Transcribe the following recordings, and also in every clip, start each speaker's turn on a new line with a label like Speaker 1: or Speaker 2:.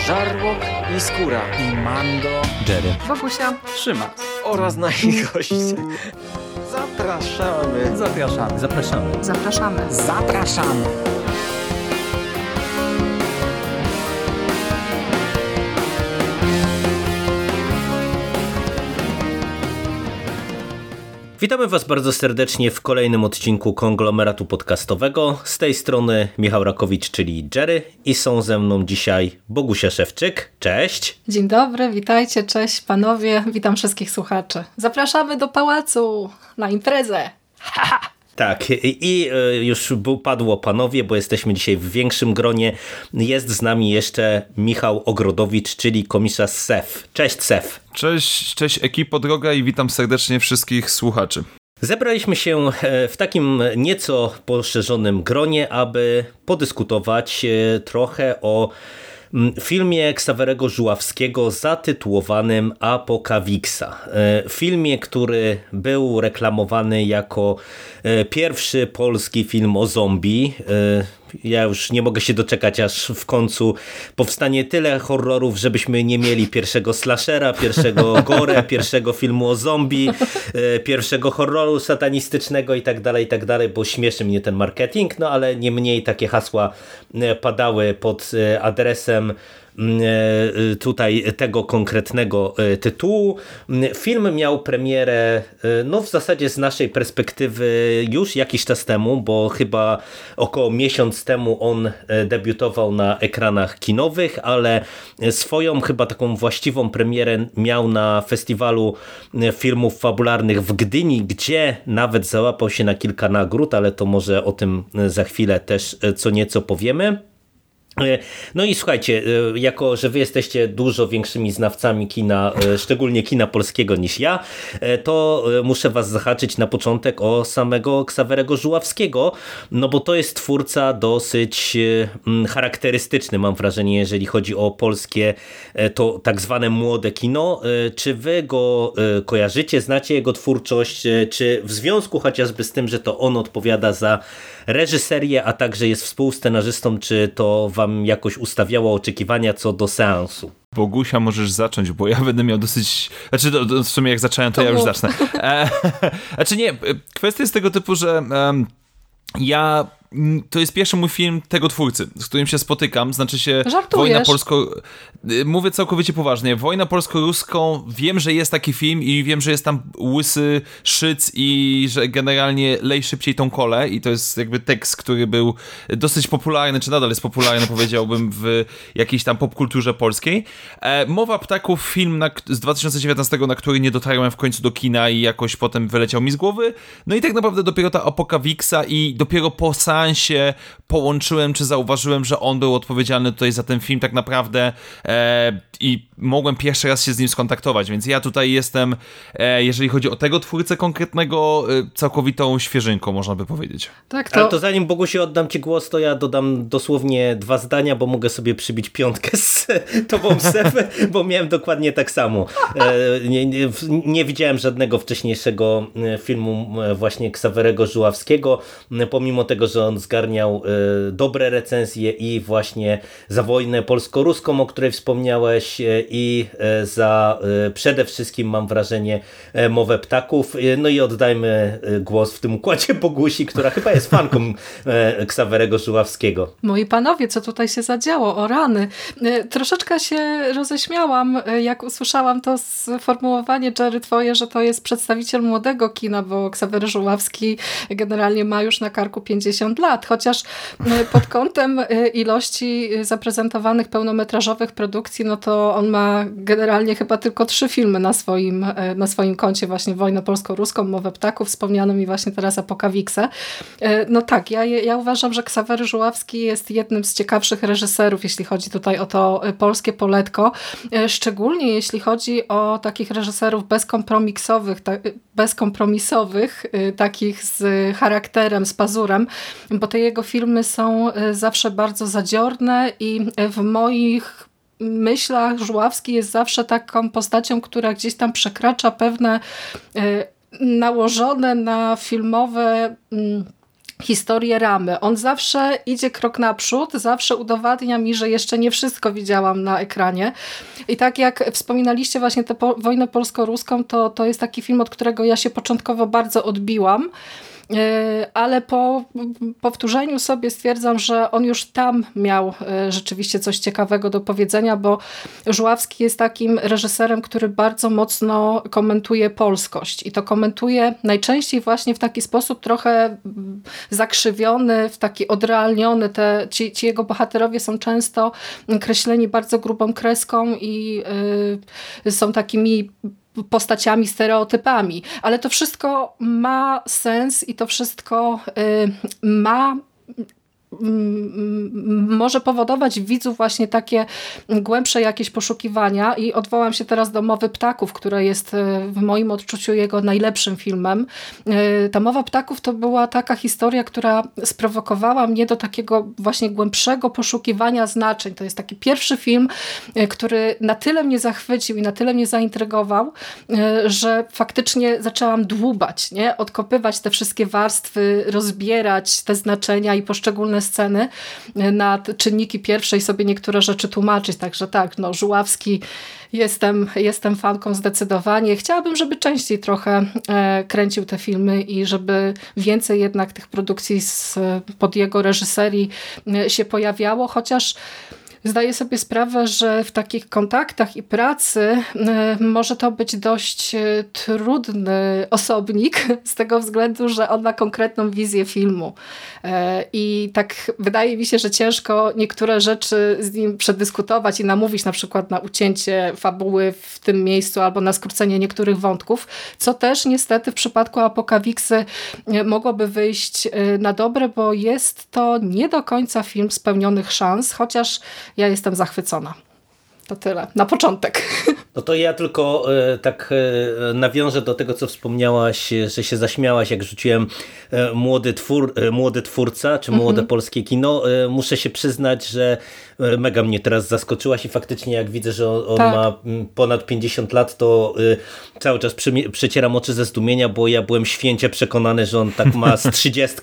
Speaker 1: Żarłok i Skóra
Speaker 2: i Mando,
Speaker 3: Jerry,
Speaker 4: Bogusia,
Speaker 2: Szymas
Speaker 1: oraz nasi goście. Zapraszamy.
Speaker 2: Zapraszamy.
Speaker 3: zapraszamy.
Speaker 4: zapraszamy.
Speaker 2: Zapraszamy.
Speaker 3: Witamy Was bardzo serdecznie w kolejnym odcinku konglomeratu podcastowego. Z tej strony Michał Rakowicz, czyli Jerry, i są ze mną dzisiaj Bogusia Szewczyk. Cześć.
Speaker 4: Dzień dobry, witajcie, cześć panowie, witam wszystkich słuchaczy. Zapraszamy do pałacu na imprezę.
Speaker 3: Tak, i już padło panowie, bo jesteśmy dzisiaj w większym gronie. Jest z nami jeszcze Michał Ogrodowicz, czyli komisarz SEF. Cześć SEF.
Speaker 5: Cześć ekipo droga i witam serdecznie wszystkich słuchaczy.
Speaker 3: Zebraliśmy się w takim nieco poszerzonym gronie, aby podyskutować trochę o filmie Ksawerego Żuławskiego zatytułowanym Apokawixa. Filmie, który był reklamowany jako pierwszy polski film o zombie. Ja już nie mogę się doczekać, aż w końcu powstanie tyle horrorów, żebyśmy nie mieli pierwszego slashera, pierwszego gore, pierwszego filmu o zombie, pierwszego horroru satanistycznego i tak dalej, bo śmieszy mnie ten marketing, no ale nie mniej takie hasła padały pod adresem tutaj tego konkretnego tytułu. Film miał premierę, no w zasadzie z naszej perspektywy już jakiś czas temu, bo chyba około miesiąc temu on debiutował na ekranach kinowych, ale swoją chyba taką właściwą premierę miał na festiwalu filmów fabularnych w Gdyni, gdzie nawet załapał się na kilka nagród, ale to może o tym za chwilę też co nieco powiemy. No i słuchajcie, jako że wy jesteście dużo większymi znawcami kina, szczególnie kina polskiego niż ja, to muszę was zahaczyć na początek o samego Ksawerego Żuławskiego, no bo to jest twórca dosyć charakterystyczny, mam wrażenie, jeżeli chodzi o polskie, to tak zwane młode kino. Czy wy go kojarzycie, znacie jego twórczość, czy w związku chociażby z tym, że to on odpowiada za reżyserię, a także jest współscenarzystą, czy to wam jakoś ustawiało oczekiwania co do seansu?
Speaker 5: Bogusia, możesz zacząć, bo ja będę miał dosyć... Znaczy, w sumie jak zacząłem, to ja już zacznę. Znaczy nie, kwestia jest tego typu, że to jest pierwszy mój film tego twórcy, z którym się spotykam, znaczy się
Speaker 4: Żartujesz?
Speaker 5: Wojna polsko... Mówię całkowicie poważnie. Wojna polsko-ruską, wiem, że jest taki film i wiem, że jest tam łysy szyc i że generalnie lej szybciej tą kolę i to jest jakby tekst, który był dosyć popularny, czy nadal jest popularny, powiedziałbym, w jakiejś tam popkulturze polskiej. Mowa ptaków, film z 2019, na który nie dotarłem w końcu do kina i jakoś potem wyleciał mi z głowy. No i tak naprawdę dopiero ta Apokawixa i dopiero po seansie połączyłem, czy zauważyłem, że on był odpowiedzialny tutaj za ten film tak naprawdę i mogłem pierwszy raz się z nim skontaktować, więc ja tutaj jestem, jeżeli chodzi o tego twórcę konkretnego, całkowitą świeżynką, można by powiedzieć.
Speaker 4: Tak,
Speaker 3: Ale to zanim Bogusiu oddam ci głos, to ja dodam dosłownie 2 zdania, bo mogę sobie przybić 5 z tobą, Sef, bo miałem dokładnie tak samo. Nie widziałem żadnego wcześniejszego filmu właśnie Ksawerego Żuławskiego, pomimo tego, że on zgarniał dobre recenzje i właśnie za wojnę polsko-ruską, o której wspomniałeś, i za przede wszystkim, mam wrażenie, Mowę ptaków. No i oddajmy głos w tym układzie Bogusi, która chyba jest fanką Ksawerego Żuławskiego.
Speaker 4: Moi panowie, co tutaj się zadziało? O rany. Troszeczkę się roześmiałam, jak usłyszałam to sformułowanie, Jerry, twoje, że to jest przedstawiciel młodego kina, bo Ksawery Żuławski generalnie ma już na karku 50 lat, chociaż pod kątem ilości zaprezentowanych pełnometrażowych produkcji, no to on ma generalnie chyba tylko 3 filmy na swoim koncie, właśnie Wojnę polsko-ruską, Mowę ptaków, wspomnianą i właśnie teraz Apokawiksę. No tak, ja uważam, że Ksawery Żuławski jest jednym z ciekawszych reżyserów, jeśli chodzi tutaj o to polskie poletko, szczególnie jeśli chodzi o takich reżyserów bezkompromisowych, takich z charakterem, z pazurem, bo te jego filmy są zawsze bardzo zadziorne i w moich myślach Żuławski jest zawsze taką postacią, która gdzieś tam przekracza pewne nałożone na filmowe historię Ramy. On zawsze idzie krok naprzód, zawsze udowadnia mi, że jeszcze nie wszystko widziałam na ekranie. I tak jak wspominaliście właśnie tę wojnę polsko-ruską, to jest taki film, od którego ja się początkowo bardzo odbiłam. Ale po powtórzeniu sobie stwierdzam, że on już tam miał rzeczywiście coś ciekawego do powiedzenia, bo Żuławski jest takim reżyserem, który bardzo mocno komentuje polskość i to komentuje najczęściej właśnie w taki sposób trochę zakrzywiony, w taki odrealniony. Ci jego bohaterowie są często kreśleni bardzo grubą kreską i są takimi postaciami, stereotypami, ale to wszystko ma sens i to wszystko może powodować w widzu właśnie takie głębsze jakieś poszukiwania i odwołam się teraz do Mowy ptaków, która jest w moim odczuciu jego najlepszym filmem. Ta Mowa ptaków to była taka historia, która sprowokowała mnie do takiego właśnie głębszego poszukiwania znaczeń. To jest taki pierwszy film, który na tyle mnie zachwycił i na tyle mnie zaintrygował, że faktycznie zaczęłam dłubać, nie? Odkopywać te wszystkie warstwy, rozbierać te znaczenia i poszczególne sceny na czynniki pierwsze i sobie niektóre rzeczy tłumaczyć. Także tak, no Żuławski jestem fanką zdecydowanie. Chciałabym, żeby częściej trochę kręcił te filmy i żeby więcej jednak tych produkcji pod jego reżyserii się pojawiało, chociaż zdaję sobie sprawę, że w takich kontaktach i pracy może to być dość trudny osobnik z tego względu, że on ma konkretną wizję filmu. I tak wydaje mi się, że ciężko niektóre rzeczy z nim przedyskutować i namówić na przykład na ucięcie fabuły w tym miejscu albo na skrócenie niektórych wątków, co też niestety w przypadku Apokawiksy mogłoby wyjść na dobre, bo jest to nie do końca film spełnionych szans, chociaż ja jestem zachwycona. To tyle. Na początek.
Speaker 3: No to ja tylko nawiążę do tego, co wspomniałaś, że się zaśmiałaś, jak rzuciłem młody twórca, czy młode polskie kino. Muszę się przyznać, że mega mnie teraz zaskoczyłaś i faktycznie jak widzę, że on ma ponad 50 lat, to cały czas przecieram oczy ze zdumienia, bo ja byłem święcie przekonany, że on tak ma z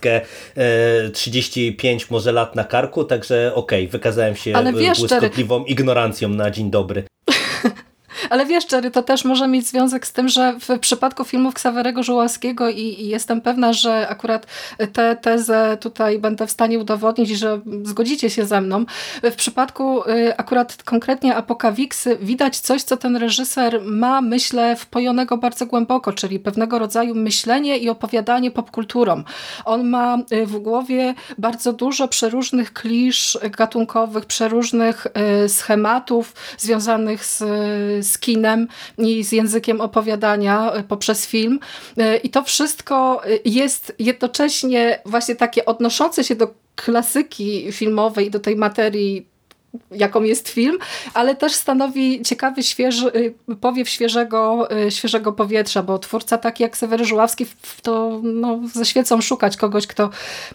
Speaker 3: 35 może lat na karku, także okej, wykazałem się błyskotliwą ignorancją na dzień dobry.
Speaker 4: Ale wiesz, Jerry, to też może mieć związek z tym, że w przypadku filmów Ksawerego Żuławskiego i jestem pewna, że akurat tę tezę tutaj będę w stanie udowodnić i że zgodzicie się ze mną. W przypadku akurat konkretnie Apokawiksy widać coś, co ten reżyser ma, myślę, wpojonego bardzo głęboko, czyli pewnego rodzaju myślenie i opowiadanie popkulturą. On ma w głowie bardzo dużo przeróżnych klisz gatunkowych, przeróżnych schematów związanych z kinem i z językiem opowiadania poprzez film. I to wszystko jest jednocześnie właśnie takie odnoszące się do klasyki filmowej, do tej materii, jaką jest film, ale też stanowi ciekawy, powiew świeżego powietrza, bo twórca taki jak Ksawery Żuławski to ze świecą szukać kogoś, kto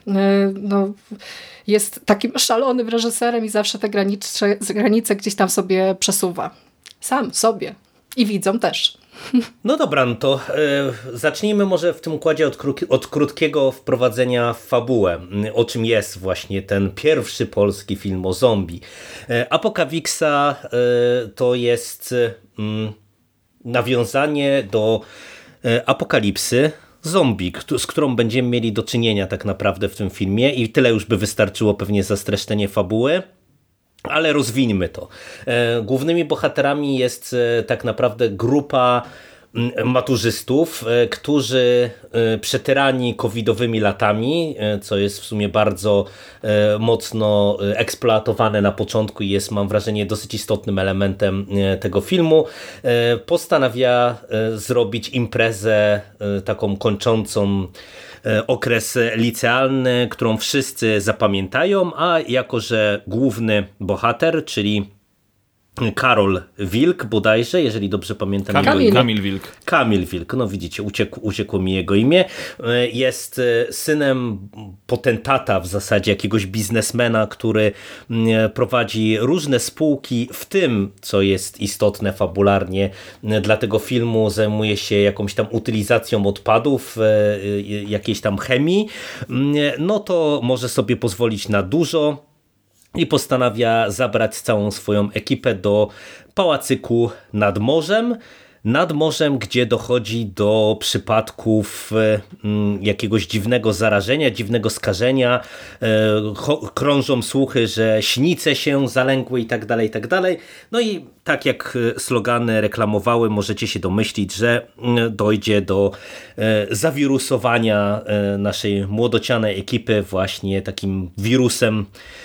Speaker 4: jest takim szalonym reżyserem i zawsze te granice gdzieś tam sobie przesuwa. Sam sobie. I widzą też.
Speaker 3: No dobra, no to zacznijmy może w tym układzie od krótkiego wprowadzenia w fabułę, o czym jest właśnie ten pierwszy polski film o zombie. Apokawiksa to jest nawiązanie do apokalipsy zombie, z którą będziemy mieli do czynienia tak naprawdę w tym filmie i tyle już by wystarczyło pewnie za streszczenie fabuły. Ale rozwińmy to. Głównymi bohaterami jest tak naprawdę grupa maturzystów, którzy przetyrani covidowymi latami, co jest w sumie bardzo mocno eksploatowane na początku i jest, mam wrażenie, dosyć istotnym elementem tego filmu, postanawia zrobić imprezę taką kończącą okres licealny, którą wszyscy zapamiętają, a jako że główny bohater, czyli Karol Wilk bodajże, jeżeli dobrze pamiętam.
Speaker 5: Kamil Wilk.
Speaker 3: Kamil Wilk, no widzicie, uciekło mi jego imię. Jest synem potentata w zasadzie, jakiegoś biznesmena, który prowadzi różne spółki, w tym, co jest istotne fabularnie dla tego filmu, zajmuje się jakąś tam utylizacją odpadów, jakiejś tam chemii, no to może sobie pozwolić na dużo i postanawia zabrać całą swoją ekipę do pałacyku nad morzem, gdzie dochodzi do przypadków jakiegoś dziwnego zarażenia, dziwnego skażenia. Krążą słuchy, że śnice się zalęgły i tak dalej, i tak dalej. No i tak jak slogany reklamowały, możecie się domyślić, że dojdzie do zawirusowania naszej młodocianej ekipy właśnie takim wirusem,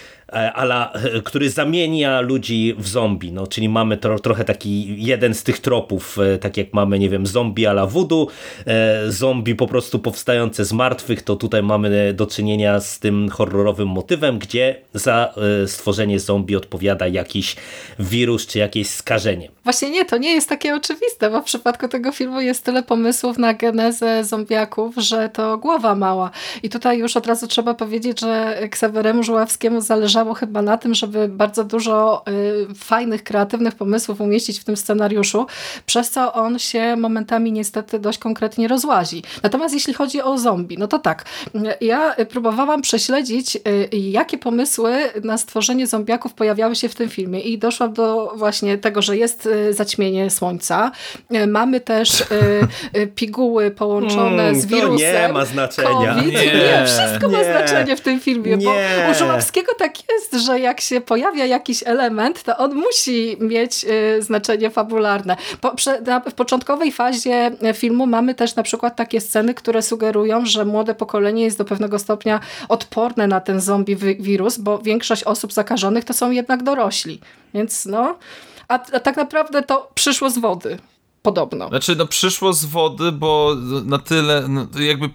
Speaker 3: który zamienia ludzi w zombie, no, czyli mamy trochę taki jeden z tych tropów, tak jak mamy, nie wiem, zombie a la voodoo, zombie po prostu powstające z martwych, to tutaj mamy do czynienia z tym horrorowym motywem, gdzie za stworzenie zombie odpowiada jakiś wirus czy jakieś skażenie.
Speaker 4: Właśnie nie, to nie jest takie oczywiste, bo w przypadku tego filmu jest tyle pomysłów na genezę zombiaków, że to głowa mała. I tutaj już od razu trzeba powiedzieć, że Ksaweremu Żuławskiemu zależało chyba na tym, żeby bardzo dużo fajnych, kreatywnych pomysłów umieścić w tym scenariuszu, przez co on się momentami niestety dość konkretnie rozłazi. Natomiast jeśli chodzi o zombie, no to tak, ja próbowałam prześledzić, jakie pomysły na stworzenie zombiaków pojawiały się w tym filmie i doszłam do właśnie tego, że jest zaćmienie słońca. Mamy też piguły połączone z wirusem.
Speaker 3: To nie ma znaczenia.
Speaker 4: COVID. Nie, wszystko ma znaczenie w tym filmie, bo u Żuławskiego tak jest, że jak się pojawia jakiś element, to on musi mieć znaczenie fabularne. W początkowej fazie filmu mamy też na przykład takie sceny, które sugerują, że młode pokolenie jest do pewnego stopnia odporne na ten zombie wirus, bo większość osób zakażonych to są jednak dorośli. Więc no... A tak naprawdę to przyszło z wody. Podobno.
Speaker 5: Znaczy, no przyszło z wody, bo na tyle, no, jakby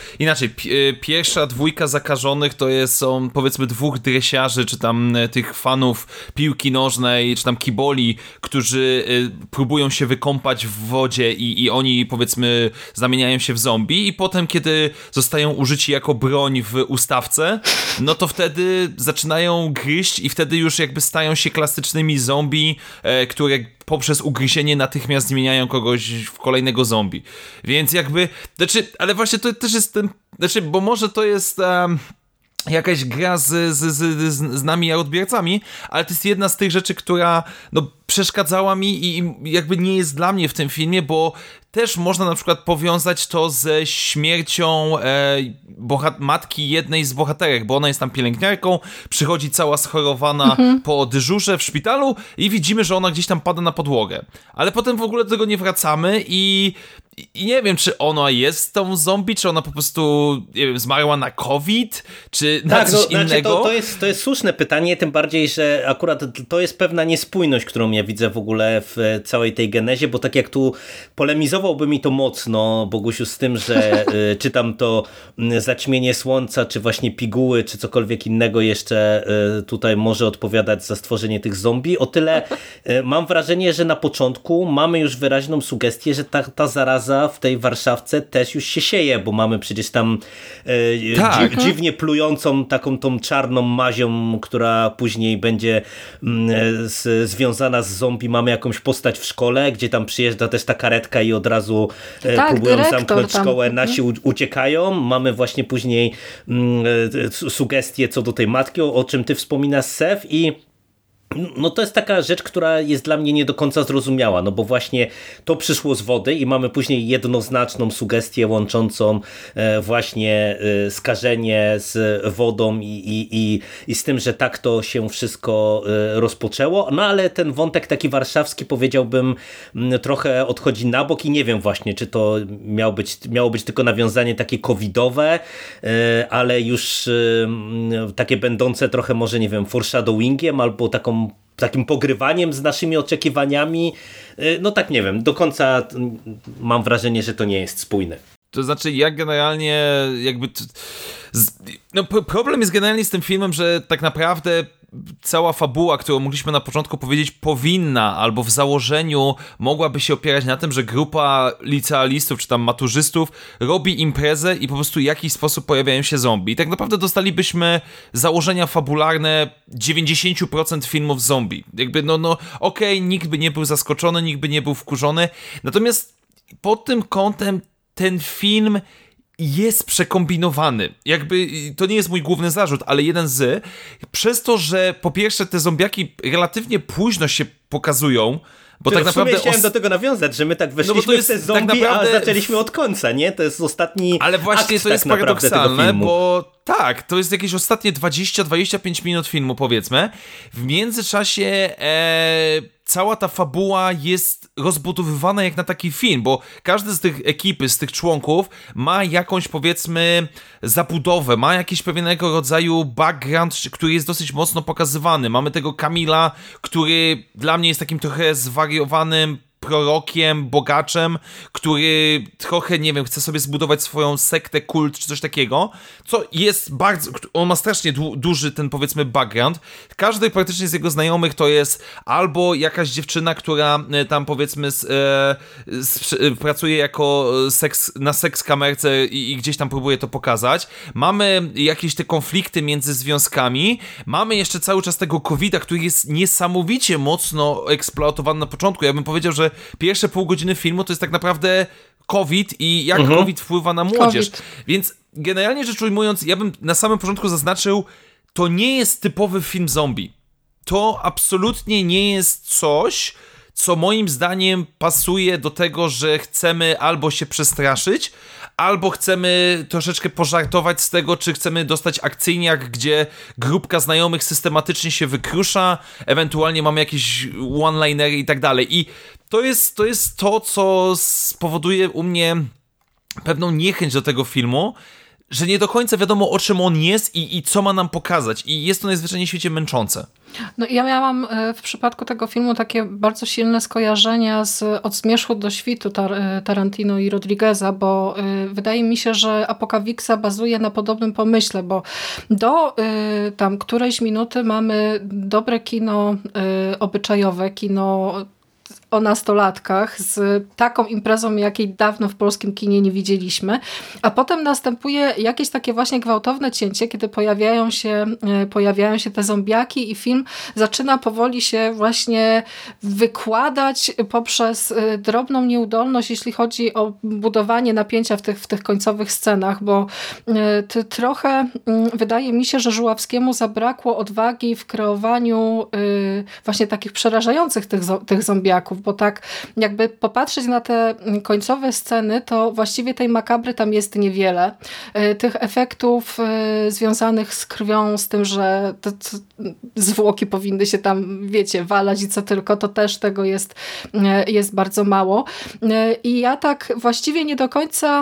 Speaker 5: pierwsza dwójka zakażonych to są powiedzmy dwóch dresiarzy, czy tam tych fanów piłki nożnej, czy tam kiboli, którzy próbują się wykąpać w wodzie i oni powiedzmy zamieniają się w zombie i potem kiedy zostają użyci jako broń w ustawce, no to wtedy zaczynają gryźć i wtedy już jakby stają się klasycznymi zombie, które poprzez ugryzienie natychmiast zmieniają kogoś w kolejnego zombie. Więc jakby, ale właśnie to też jest ten, bo może to jest jakaś gra z nami odbiorcami, ale to jest jedna z tych rzeczy, która no, przeszkadzała mi i jakby nie jest dla mnie w tym filmie, bo też można na przykład powiązać to ze śmiercią matki jednej z bohaterek, bo ona jest tam pielęgniarką, przychodzi cała schorowana po dyżurze w szpitalu i widzimy, że ona gdzieś tam pada na podłogę. Ale potem w ogóle do tego nie wracamy i nie wiem, czy ona jest tą zombie, czy ona po prostu, nie wiem, zmarła na COVID, czy na coś innego.
Speaker 3: To jest słuszne pytanie, tym bardziej, że akurat to jest pewna niespójność, którą ja widzę w ogóle w całej tej genezie, bo tak jak tu polemizowałby mi to mocno, Bogusiu, z tym, że czy tam to zaćmienie słońca, czy właśnie piguły, czy cokolwiek innego jeszcze tutaj może odpowiadać za stworzenie tych zombie, o tyle mam wrażenie, że na początku mamy już wyraźną sugestię, że ta zaraza w tej Warszawce też już się sieje, bo mamy przecież tam dziwnie plującą taką tą czarną mazią, która później będzie związana z zombie. Mamy jakąś postać w szkole, gdzie tam przyjeżdża też ta karetka i od razu próbują zamknąć szkołę, nasi uciekają. Mamy właśnie później sugestie co do tej matki, o czym ty wspominasz, Sef, i no to jest taka rzecz, która jest dla mnie nie do końca zrozumiała, no bo właśnie to przyszło z wody i mamy później jednoznaczną sugestię łączącą właśnie skażenie z wodą i z tym, że tak to się wszystko rozpoczęło, no ale ten wątek taki warszawski, powiedziałbym, trochę odchodzi na bok i nie wiem właśnie, czy to miało być tylko nawiązanie takie covidowe, ale już takie będące trochę może, nie wiem, foreshadowingiem albo takim pogrywaniem z naszymi oczekiwaniami. No tak nie wiem, do końca mam wrażenie, że to nie jest spójne.
Speaker 5: To znaczy, ja generalnie jakby... No, problem jest generalnie z tym filmem, że tak naprawdę cała fabuła, którą mogliśmy na początku powiedzieć, powinna, albo w założeniu mogłaby się opierać na tym, że grupa licealistów, czy tam maturzystów robi imprezę i po prostu w jakiś sposób pojawiają się zombie. I tak naprawdę dostalibyśmy założenia fabularne 90% filmów zombie. Jakby, okej, nikt by nie był zaskoczony, nikt by nie był wkurzony. Natomiast pod tym kątem ten film jest przekombinowany. Jakby, to nie jest mój główny zarzut, ale jeden z. Przez to, że po pierwsze te zombiaki relatywnie późno się pokazują, bo tak naprawdę
Speaker 3: chciałem do tego nawiązać, że my tak weszliśmy w te zombie, tak naprawdę... a zaczęliśmy od końca, nie? To jest ostatni
Speaker 5: Ale właśnie
Speaker 3: akt,
Speaker 5: to jest
Speaker 3: tak
Speaker 5: paradoksalne, bo tak, to jest jakieś ostatnie 20-25 minut filmu, powiedzmy. W międzyczasie cała ta fabuła jest rozbudowywana jak na taki film, bo każdy z tych ekipy, z tych członków ma jakąś, powiedzmy, zabudowę, ma jakiś pewnego rodzaju background, który jest dosyć mocno pokazywany. Mamy tego Kamila, który dla mnie jest takim trochę zwariowanym prorokiem, bogaczem, który trochę, nie wiem, chce sobie zbudować swoją sektę, kult, czy coś takiego, co jest bardzo, on ma strasznie duży ten, powiedzmy, background. Każdy praktycznie z jego znajomych to jest albo jakaś dziewczyna, która tam, powiedzmy, pracuje jako na seks kamerce i gdzieś tam próbuje to pokazać. Mamy jakieś te konflikty między związkami. Mamy jeszcze cały czas tego COVID-a, który jest niesamowicie mocno eksploatowany na początku. Ja bym powiedział, że pierwsze pół godziny filmu to jest tak naprawdę COVID i jak COVID wpływa na młodzież. Więc generalnie rzecz ujmując, ja bym na samym początku zaznaczył, to nie jest typowy film zombie. To absolutnie nie jest coś, co moim zdaniem pasuje do tego, że chcemy albo się przestraszyć, albo chcemy troszeczkę pożartować z tego, czy chcemy dostać akcyjniak, gdzie grupka znajomych systematycznie się wykrusza, ewentualnie mamy jakieś one-linery i tak dalej. I to jest to, co spowoduje u mnie pewną niechęć do tego filmu, że nie do końca wiadomo, o czym on jest i co ma nam pokazać. I jest to najzwyczajniej w świecie męczące.
Speaker 4: No ja miałam w przypadku tego filmu takie bardzo silne skojarzenia Od zmierzchu do świtu Tarantino i Rodrigueza, bo wydaje mi się, że Apocalypse bazuje na podobnym pomyśle, bo do tam którejś minuty mamy dobre kino obyczajowe, kino o nastolatkach z taką imprezą, jakiej dawno w polskim kinie nie widzieliśmy, a potem następuje jakieś takie właśnie gwałtowne cięcie, kiedy pojawiają się te zombiaki i film zaczyna powoli się właśnie wykładać poprzez drobną nieudolność, jeśli chodzi o budowanie napięcia w tych końcowych scenach, bo trochę wydaje mi się, że Żuławskiemu zabrakło odwagi w kreowaniu właśnie takich przerażających tych zombiaków, bo tak jakby popatrzeć na te końcowe sceny, to właściwie tej makabry tam jest niewiele. Tych efektów związanych z krwią, z tym, że te zwłoki powinny się tam, wiecie, walać i co tylko, to też tego jest bardzo mało. I ja tak właściwie nie do końca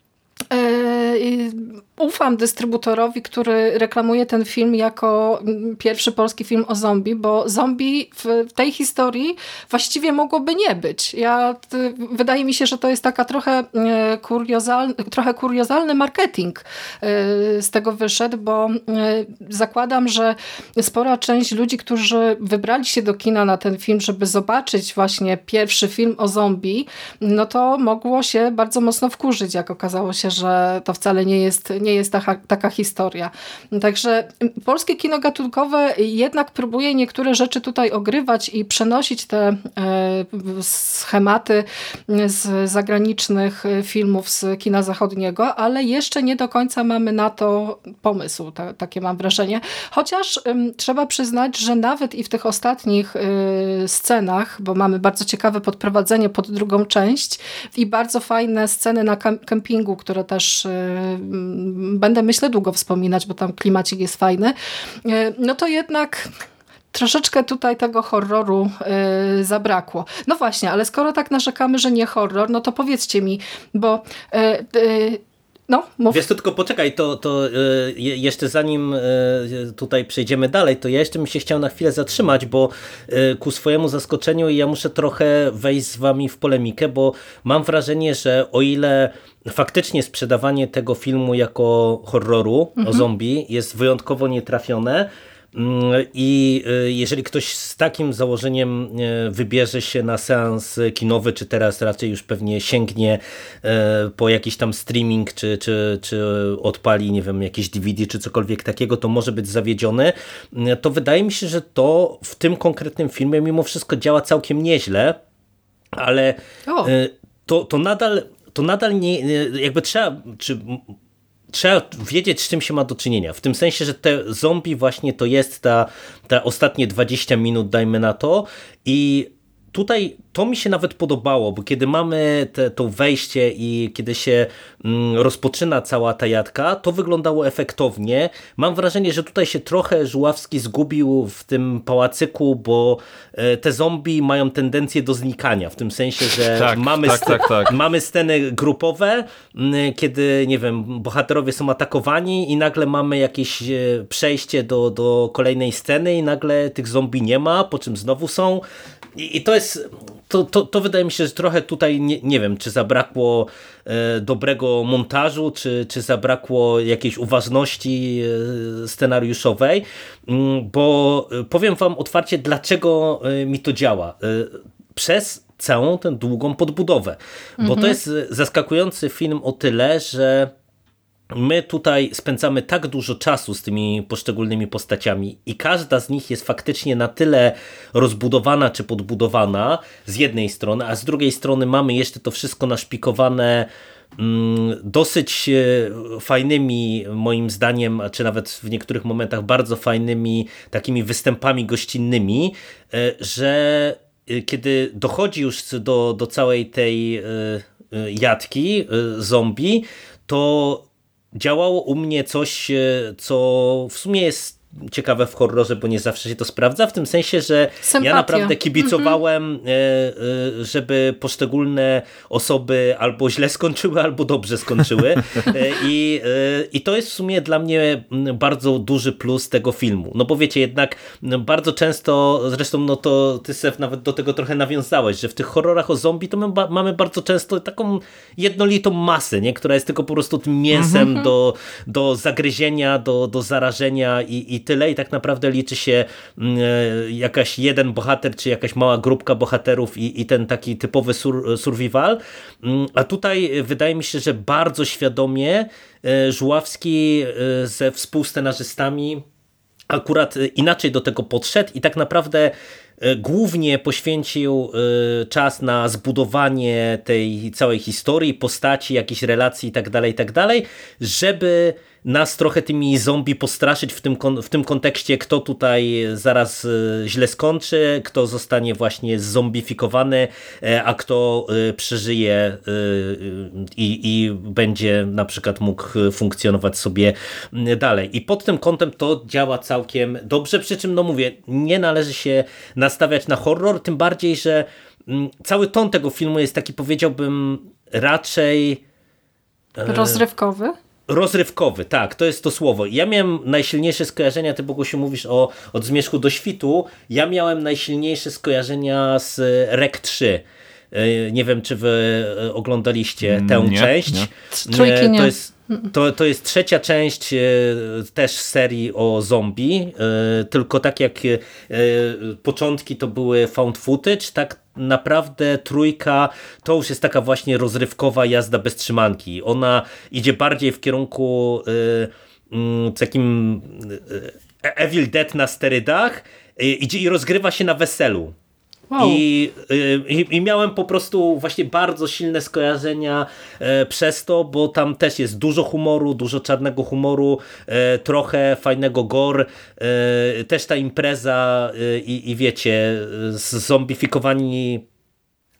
Speaker 4: ufam dystrybutorowi, który reklamuje ten film jako pierwszy polski film o zombie, bo zombie w tej historii właściwie mogłoby nie być. Wydaje mi się, że to jest taka trochę kuriozalny marketing z tego wyszedł, bo zakładam, że spora część ludzi, którzy wybrali się do kina na ten film, żeby zobaczyć właśnie pierwszy film o zombie, no to mogło się bardzo mocno wkurzyć, jak okazało się, że to wcale nie jest taka historia. Także polskie kino gatunkowe jednak próbuje niektóre rzeczy tutaj ogrywać i przenosić te schematy z zagranicznych filmów z kina zachodniego, ale jeszcze nie do końca mamy na to pomysł, takie mam wrażenie. Chociaż trzeba przyznać, że nawet i w tych ostatnich scenach, bo mamy bardzo ciekawe podprowadzenie pod drugą część i bardzo fajne sceny na kempingu, które też będę, myślę, długo wspominać, bo tam klimacik jest fajny, no to jednak troszeczkę tutaj tego horroru zabrakło. No właśnie, ale skoro tak narzekamy, że nie horror, no to powiedzcie mi, bo No, mów.
Speaker 3: Wiesz, to tylko poczekaj, to jeszcze zanim tutaj przejdziemy dalej, to ja jeszcze bym się chciał na chwilę zatrzymać, bo ku swojemu zaskoczeniu ja muszę trochę wejść z wami w polemikę, bo mam wrażenie, że o ile faktycznie sprzedawanie tego filmu jako horroru o zombie jest wyjątkowo nietrafione, i jeżeli ktoś z takim założeniem wybierze się na seans kinowy, czy teraz raczej już pewnie sięgnie po jakiś tam streaming, czy odpali, nie wiem, jakieś DVD, czy cokolwiek takiego, to może być zawiedziony, to wydaje mi się, że to w tym konkretnym filmie mimo wszystko działa całkiem nieźle, ale to nadal nie, jakby trzeba wiedzieć, z czym się ma do czynienia. W tym sensie, że te zombie właśnie to jest ta ostatnie 20 minut, dajmy na to. I tutaj to mi się nawet podobało, bo kiedy mamy to wejście i kiedy się rozpoczyna cała ta jadka, to wyglądało efektownie. Mam wrażenie, że tutaj się trochę Żuławski zgubił w tym pałacyku, bo te zombie mają tendencję do znikania, w tym sensie, że mamy sceny grupowe, kiedy, nie wiem, bohaterowie są atakowani i nagle mamy jakieś przejście do kolejnej sceny i nagle tych zombie nie ma, po czym znowu są. I to jest, to wydaje mi się, że trochę tutaj, nie wiem, czy zabrakło dobrego montażu, czy zabrakło jakiejś uważności scenariuszowej, bo powiem wam otwarcie, dlaczego mi to działa. Przez całą tę długą podbudowę. Bo to jest zaskakujący film o tyle, że my tutaj spędzamy tak dużo czasu z tymi poszczególnymi postaciami i każda z nich jest faktycznie na tyle rozbudowana czy podbudowana z jednej strony, a z drugiej strony mamy jeszcze to wszystko naszpikowane dosyć fajnymi, moim zdaniem, czy nawet w niektórych momentach bardzo fajnymi takimi występami gościnnymi, że kiedy dochodzi już do całej tej jatki zombie, to działało u mnie coś, co w sumie jest ciekawe w horrorze, bo nie zawsze się to sprawdza, w tym sensie, że
Speaker 4: sympatia. Ja
Speaker 3: naprawdę kibicowałem, żeby poszczególne osoby albo źle skończyły, albo dobrze skończyły. I to jest w sumie dla mnie bardzo duży plus tego filmu. No bo wiecie, jednak bardzo często, zresztą no to ty, Sef, nawet do tego trochę nawiązałeś, że w tych horrorach o zombie to my mamy bardzo często taką jednolitą masę, nie? Która jest tylko po prostu tym mięsem do zagryzienia, do zarażenia i tyle. I tak naprawdę liczy się jakaś jeden bohater, czy jakaś mała grupka bohaterów i ten taki typowy survival. A tutaj wydaje mi się, że bardzo świadomie Żuławski ze współscenarzystami akurat inaczej do tego podszedł i tak naprawdę głównie poświęcił czas na zbudowanie tej całej historii, postaci, jakichś relacji i tak dalej, żeby nas trochę tymi zombie postraszyć w tym kontekście, kto tutaj zaraz źle skończy, kto zostanie właśnie zombifikowany, a kto przeżyje i będzie na przykład mógł funkcjonować sobie dalej. I pod tym kątem to działa całkiem dobrze, przy czym no mówię, nie należy się nastawiać na horror, tym bardziej, że cały ton tego filmu jest taki, powiedziałbym, raczej rozrywkowy, tak, to jest to słowo. Ja miałem najsilniejsze skojarzenia, ty, Bogusiu, mówisz od Zmierzchu do Świtu, ja miałem najsilniejsze skojarzenia z REC 3. Nie wiem, czy wy oglądaliście tę część.
Speaker 4: Nie. Trójki nie.
Speaker 3: To jest trzecia część też serii o zombie, tylko tak jak początki to były found footage, tak naprawdę trójka to już jest taka właśnie rozrywkowa jazda bez trzymanki. Ona idzie bardziej w kierunku takim Evil Dead na sterydach i rozgrywa się na weselu. Wow. I miałem po prostu właśnie bardzo silne skojarzenia przez to, bo tam też jest dużo humoru, dużo czarnego humoru, trochę fajnego gore, też ta impreza i wiecie, zombifikowani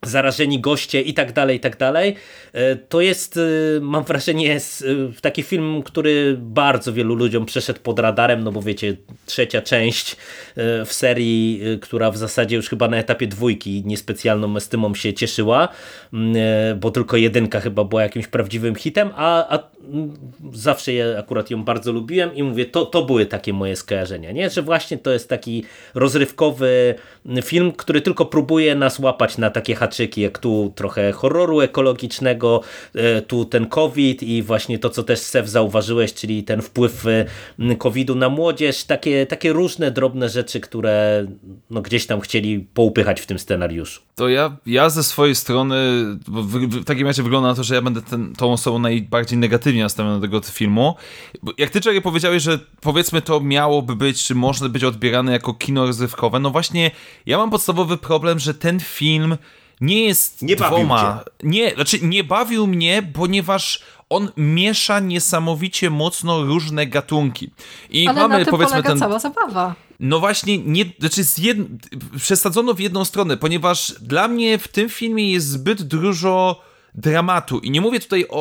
Speaker 3: zarażeni goście i tak dalej, to jest, mam wrażenie, taki film, który bardzo wielu ludziom przeszedł pod radarem, no bo wiecie, 3. część w serii, która w zasadzie już chyba na etapie 2 niespecjalną estymą się cieszyła, bo tylko 1 chyba była jakimś prawdziwym hitem, a zawsze akurat ją bardzo lubiłem i mówię, to były takie moje skojarzenia, nie? Że właśnie to jest taki rozrywkowy film, który tylko próbuje nas łapać na takie haczyki, jak tu trochę horroru ekologicznego, tu ten COVID i właśnie to, co też Sef zauważyłeś, czyli ten wpływ COVID-u na młodzież, takie różne drobne rzeczy, które no gdzieś tam chcieli poupychać w tym scenariuszu.
Speaker 5: To ja ze swojej strony, bo w takim razie wygląda na to, że ja będę tą osobą najbardziej negatywnie nastawiony do tego filmu. Jak ty, Jerry, powiedziałeś, że powiedzmy to miałoby być, czy może być odbierane jako kino rozrywkowe, no właśnie ja mam podstawowy problem, że ten film nie jest
Speaker 3: nie
Speaker 5: dwoma... Nie bawił mnie, ponieważ on miesza niesamowicie mocno różne gatunki. I
Speaker 4: ale
Speaker 5: mamy,
Speaker 4: na tym
Speaker 5: powiedzmy,
Speaker 4: polega cała zabawa.
Speaker 5: No właśnie, przesadzono w jedną stronę, ponieważ dla mnie w tym filmie jest zbyt dużo dramatu i nie mówię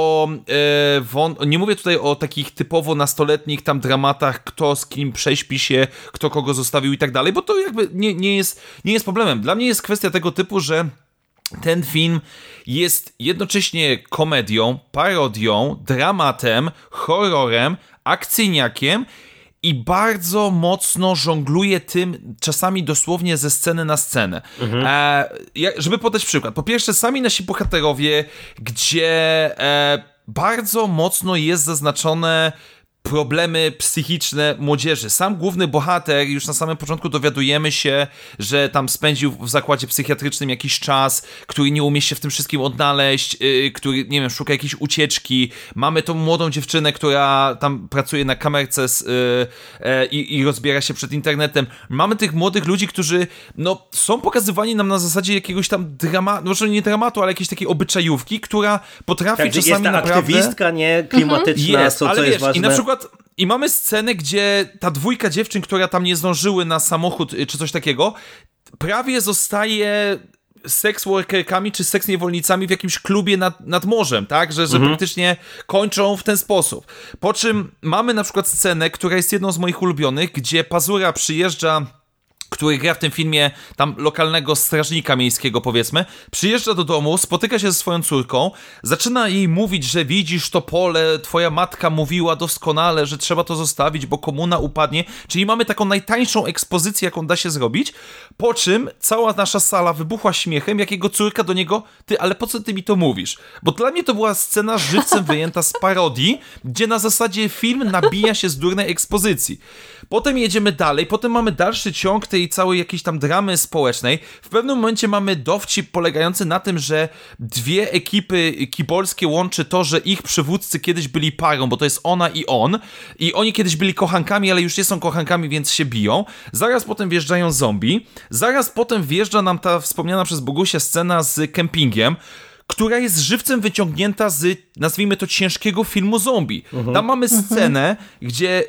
Speaker 5: tutaj o takich typowo nastoletnich tam dramatach, kto z kim prześpi się, kto kogo zostawił i tak dalej, bo to jakby nie jest problemem. Dla mnie jest kwestia tego typu, że ten film jest jednocześnie komedią, parodią, dramatem, horrorem, akcyjniakiem i bardzo mocno żongluje tym, czasami dosłownie ze sceny na scenę. Żeby podać przykład. Po pierwsze, sami nasi bohaterowie, gdzie bardzo mocno jest zaznaczone problemy psychiczne młodzieży. Sam główny bohater, już na samym początku dowiadujemy się, że tam spędził w zakładzie psychiatrycznym jakiś czas, który nie umie się w tym wszystkim odnaleźć, który, nie wiem, szuka jakiejś ucieczki. Mamy tą młodą dziewczynę, która tam pracuje na kamerce i rozbiera się przed internetem. Mamy tych młodych ludzi, którzy no, są pokazywani nam na zasadzie jakiegoś tam dramatu, może nie dramatu, ale jakiejś takiej obyczajówki, która potrafi
Speaker 3: tak,
Speaker 5: czasami
Speaker 3: jest ta
Speaker 5: naprawdę...
Speaker 3: aktywistka, nie? Klimatyczna,
Speaker 5: Jest, ale
Speaker 3: jest
Speaker 5: wiesz,
Speaker 3: ważne.
Speaker 5: i na przykład i mamy scenę, gdzie ta dwójka dziewczyn, która tam nie zdążyły na samochód czy coś takiego, prawie zostaje seks workerkami czy seks niewolnicami w jakimś klubie nad morzem, tak? Że praktycznie kończą w ten sposób. Po czym mamy na przykład scenę, która jest jedną z moich ulubionych, gdzie Pazura przyjeżdża, który gra w tym filmie tam lokalnego strażnika miejskiego, powiedzmy, przyjeżdża do domu, spotyka się ze swoją córką, zaczyna jej mówić, że widzisz to pole, twoja matka mówiła doskonale, że trzeba to zostawić, bo komuna upadnie, czyli mamy taką najtańszą ekspozycję, jaką da się zrobić, po czym cała nasza sala wybuchła śmiechem, jak jego córka do niego, ty, ale po co ty mi to mówisz? Bo dla mnie to była scena żywcem wyjęta z parodii, gdzie na zasadzie film nabija się z durnej ekspozycji. Potem jedziemy dalej, potem mamy dalszy ciąg tej całej jakiejś tam dramy społecznej. W pewnym momencie mamy dowcip polegający na tym, że dwie ekipy kibolskie łączy to, że ich przywódcy kiedyś byli parą, bo to jest ona i on. I oni kiedyś byli kochankami, ale już nie są kochankami, więc się biją. Zaraz potem wjeżdżają zombie. Zaraz potem wjeżdża nam ta wspomniana przez Bogusia scena z kempingiem, która jest żywcem wyciągnięta z, nazwijmy to, ciężkiego filmu zombie. Tam mamy scenę, gdzie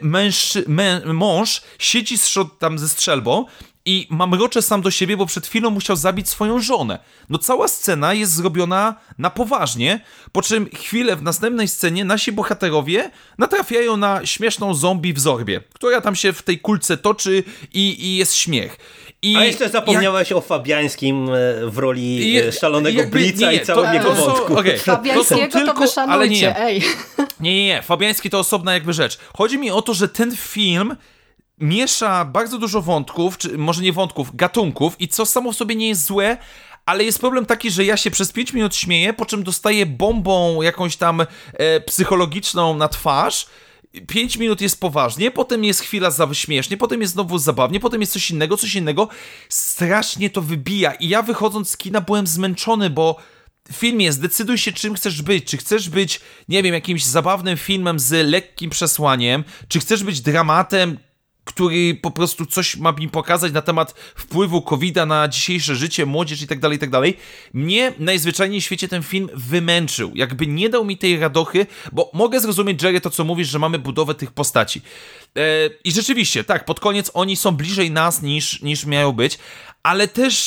Speaker 5: mąż siedzi tam ze strzelbą i mamrocze sam do siebie, bo przed chwilą musiał zabić swoją żonę. No cała scena jest zrobiona na poważnie, po czym chwilę w następnej scenie nasi bohaterowie natrafiają na śmieszną zombie w zorbie, która tam się w tej kulce toczy i jest śmiech.
Speaker 3: A jeszcze zapomniałeś o Fabiańskim w roli szalonego Blitza i całym jego wątku.
Speaker 4: Fabiańskiego to wyszanujcie, ej.
Speaker 5: Nie. Fabiański to osobna jakby rzecz. Chodzi mi o to, że ten film miesza bardzo dużo wątków, czy może nie wątków, gatunków i co samo w sobie nie jest złe, ale jest problem taki, że ja się przez 5 minut śmieję, po czym dostaję bombą jakąś tam psychologiczną na twarz. 5 minut jest poważnie, potem jest chwila śmiesznie, potem jest znowu zabawnie, potem jest coś innego. Strasznie to wybija i ja wychodząc z kina byłem zmęczony, bo filmie zdecyduj się, czym chcesz być. Czy chcesz być, nie wiem, jakimś zabawnym filmem z lekkim przesłaniem, czy chcesz być dramatem, który po prostu coś ma mi pokazać na temat wpływu COVID-a na dzisiejsze życie, młodzież i tak dalej. Mnie najzwyczajniej w świecie ten film wymęczył. Jakby nie dał mi tej radochy, bo mogę zrozumieć, Jerry, to co mówisz, że mamy budowę tych postaci. I rzeczywiście, tak, pod koniec oni są bliżej nas niż mają być, ale też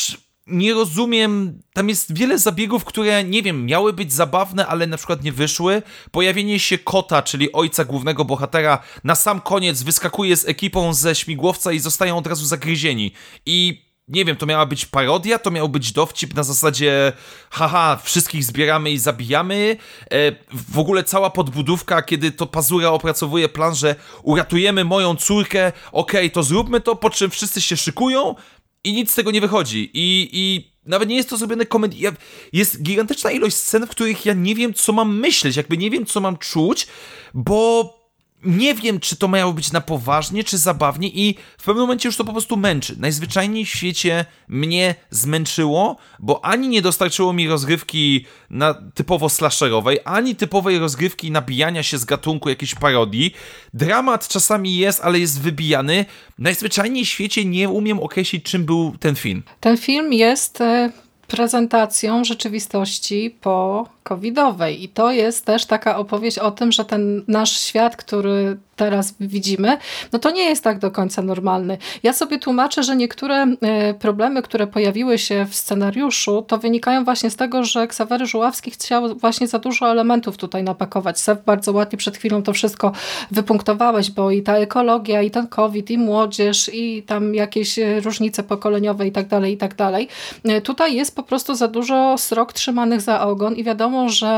Speaker 5: nie rozumiem, tam jest wiele zabiegów, które, nie wiem, miały być zabawne, ale na przykład nie wyszły. Pojawienie się kota, czyli ojca głównego bohatera, na sam koniec wyskakuje z ekipą ze śmigłowca i zostają od razu zagryzieni. I nie wiem, to miała być parodia, to miał być dowcip na zasadzie haha, wszystkich zbieramy i zabijamy. W ogóle cała podbudówka, kiedy to Pazura opracowuje plan, że uratujemy moją córkę, okej, to zróbmy to, po czym wszyscy się szykują i nic z tego nie wychodzi. I nawet nie jest to zrobione komedii. Jest gigantyczna ilość scen, w których ja nie wiem, co mam myśleć, jakby nie wiem, co mam czuć, bo nie wiem, czy to miało być na poważnie, czy zabawnie i w pewnym momencie już to po prostu męczy. Najzwyczajniej w świecie mnie zmęczyło, bo ani nie dostarczyło mi rozgrywki typowo slasherowej, ani typowej rozgrywki nabijania się z gatunku jakiejś parodii. Dramat czasami jest, ale jest wybijany. Najzwyczajniej w świecie nie umiem określić, czym był ten film.
Speaker 4: Ten film jest prezentacją rzeczywistości po-covidowej i to jest też taka opowieść o tym, że ten nasz świat, który teraz widzimy, no to nie jest tak do końca normalny. Ja sobie tłumaczę, że niektóre problemy, które pojawiły się w scenariuszu, to wynikają właśnie z tego, że Ksawery Żuławski chciał właśnie za dużo elementów tutaj napakować. Sef, bardzo ładnie przed chwilą to wszystko wypunktowałeś, bo i ta ekologia, i ten COVID, i młodzież, i tam jakieś różnice pokoleniowe i tak dalej, i tak dalej. Tutaj jest po prostu za dużo srok trzymanych za ogon i wiadomo, że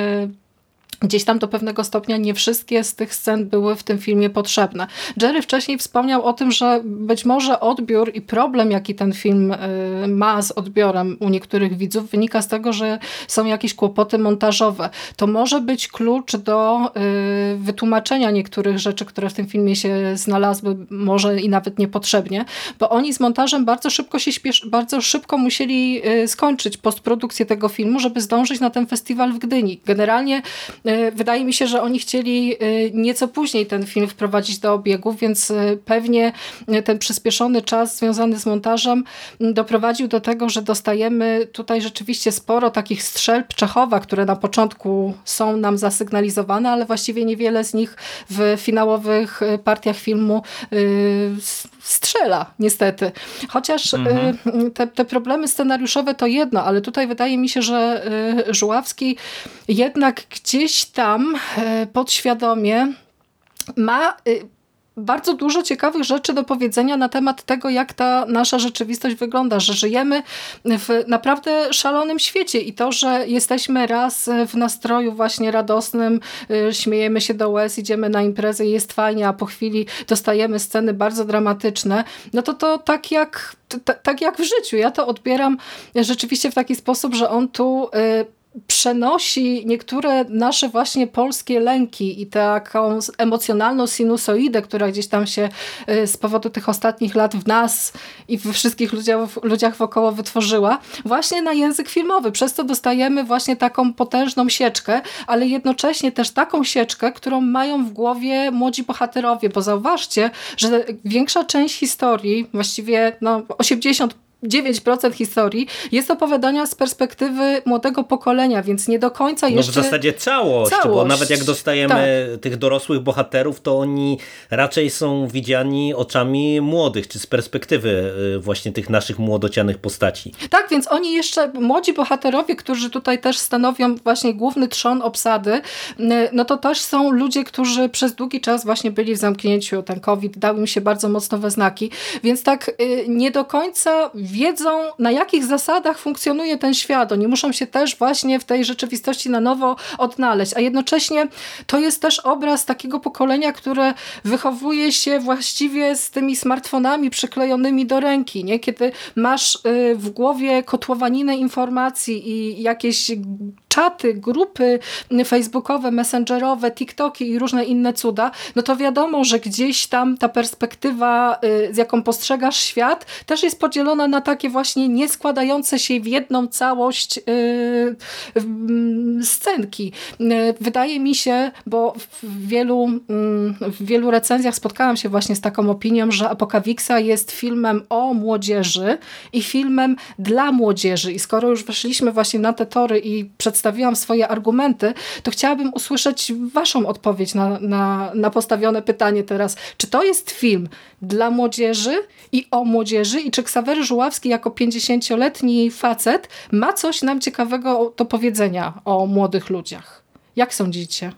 Speaker 4: gdzieś tam do pewnego stopnia nie wszystkie z tych scen były w tym filmie potrzebne. Jerry wcześniej wspomniał o tym, że być może odbiór i problem, jaki ten film ma z odbiorem u niektórych widzów, wynika z tego, że są jakieś kłopoty montażowe. To może być klucz do wytłumaczenia niektórych rzeczy, które w tym filmie się znalazły, może i nawet niepotrzebnie, bo oni z montażem bardzo szybko musieli skończyć postprodukcję tego filmu, żeby zdążyć na ten festiwal w Gdyni. Generalnie wydaje mi się, że oni chcieli nieco później ten film wprowadzić do obiegu, więc pewnie ten przyspieszony czas związany z montażem doprowadził do tego, że dostajemy tutaj rzeczywiście sporo takich strzelb Czechowa, które na początku są nam zasygnalizowane, ale właściwie niewiele z nich w finałowych partiach filmu strzela, niestety. Chociaż te problemy scenariuszowe to jedno, ale tutaj wydaje mi się, że Żuławski jednak gdzieś tam podświadomie ma bardzo dużo ciekawych rzeczy do powiedzenia na temat tego, jak ta nasza rzeczywistość wygląda, że żyjemy w naprawdę szalonym świecie i to, że jesteśmy raz w nastroju właśnie radosnym, śmiejemy się do łez, idziemy na imprezę i jest fajnie, a po chwili dostajemy sceny bardzo dramatyczne, no to tak jak w życiu. Ja to odbieram rzeczywiście w taki sposób, że on tu przenosi niektóre nasze właśnie polskie lęki i taką emocjonalną sinusoidę, która gdzieś tam się z powodu tych ostatnich lat w nas i we wszystkich ludziach wokoło wytworzyła, właśnie na język filmowy. Przez to dostajemy właśnie taką potężną sieczkę, ale jednocześnie też taką sieczkę, którą mają w głowie młodzi bohaterowie, bo zauważcie, że większa część historii, właściwie 89% historii jest opowiadania z perspektywy młodego pokolenia, więc nie do końca jeszcze...
Speaker 3: No w zasadzie całość, bo nawet jak dostajemy tych dorosłych bohaterów, to oni raczej są widziani oczami młodych, czy z perspektywy właśnie tych naszych młodocianych postaci.
Speaker 4: Tak, więc oni jeszcze, młodzi bohaterowie, którzy tutaj też stanowią właśnie główny trzon obsady, no to też są ludzie, którzy przez długi czas właśnie byli w zamknięciu, ten COVID dał im się bardzo mocno we znaki, więc tak nie do końca wiedzą, na jakich zasadach funkcjonuje ten świat. Oni muszą się też właśnie w tej rzeczywistości na nowo odnaleźć. A jednocześnie to jest też obraz takiego pokolenia, które wychowuje się właściwie z tymi smartfonami przyklejonymi do ręki. Nie? Kiedy masz w głowie kotłowaninę informacji i jakieś czaty, grupy facebookowe, messengerowe, TikToki i różne inne cuda, no to wiadomo, że gdzieś tam ta perspektywa, z jaką postrzegasz świat, też jest podzielona na takie właśnie nie składające się w jedną całość scenki. Wydaje mi się, bo w wielu recenzjach spotkałam się właśnie z taką opinią, że Apokawixa jest filmem o młodzieży i filmem dla młodzieży. I skoro już weszliśmy właśnie na te tory i przedstawiłam swoje argumenty, to chciałabym usłyszeć waszą odpowiedź na postawione pytanie teraz. Czy to jest film dla młodzieży i o młodzieży i czy Ksawery Żuławski jako 50-letni facet ma coś nam ciekawego do powiedzenia o młodych ludziach? Jak sądzicie?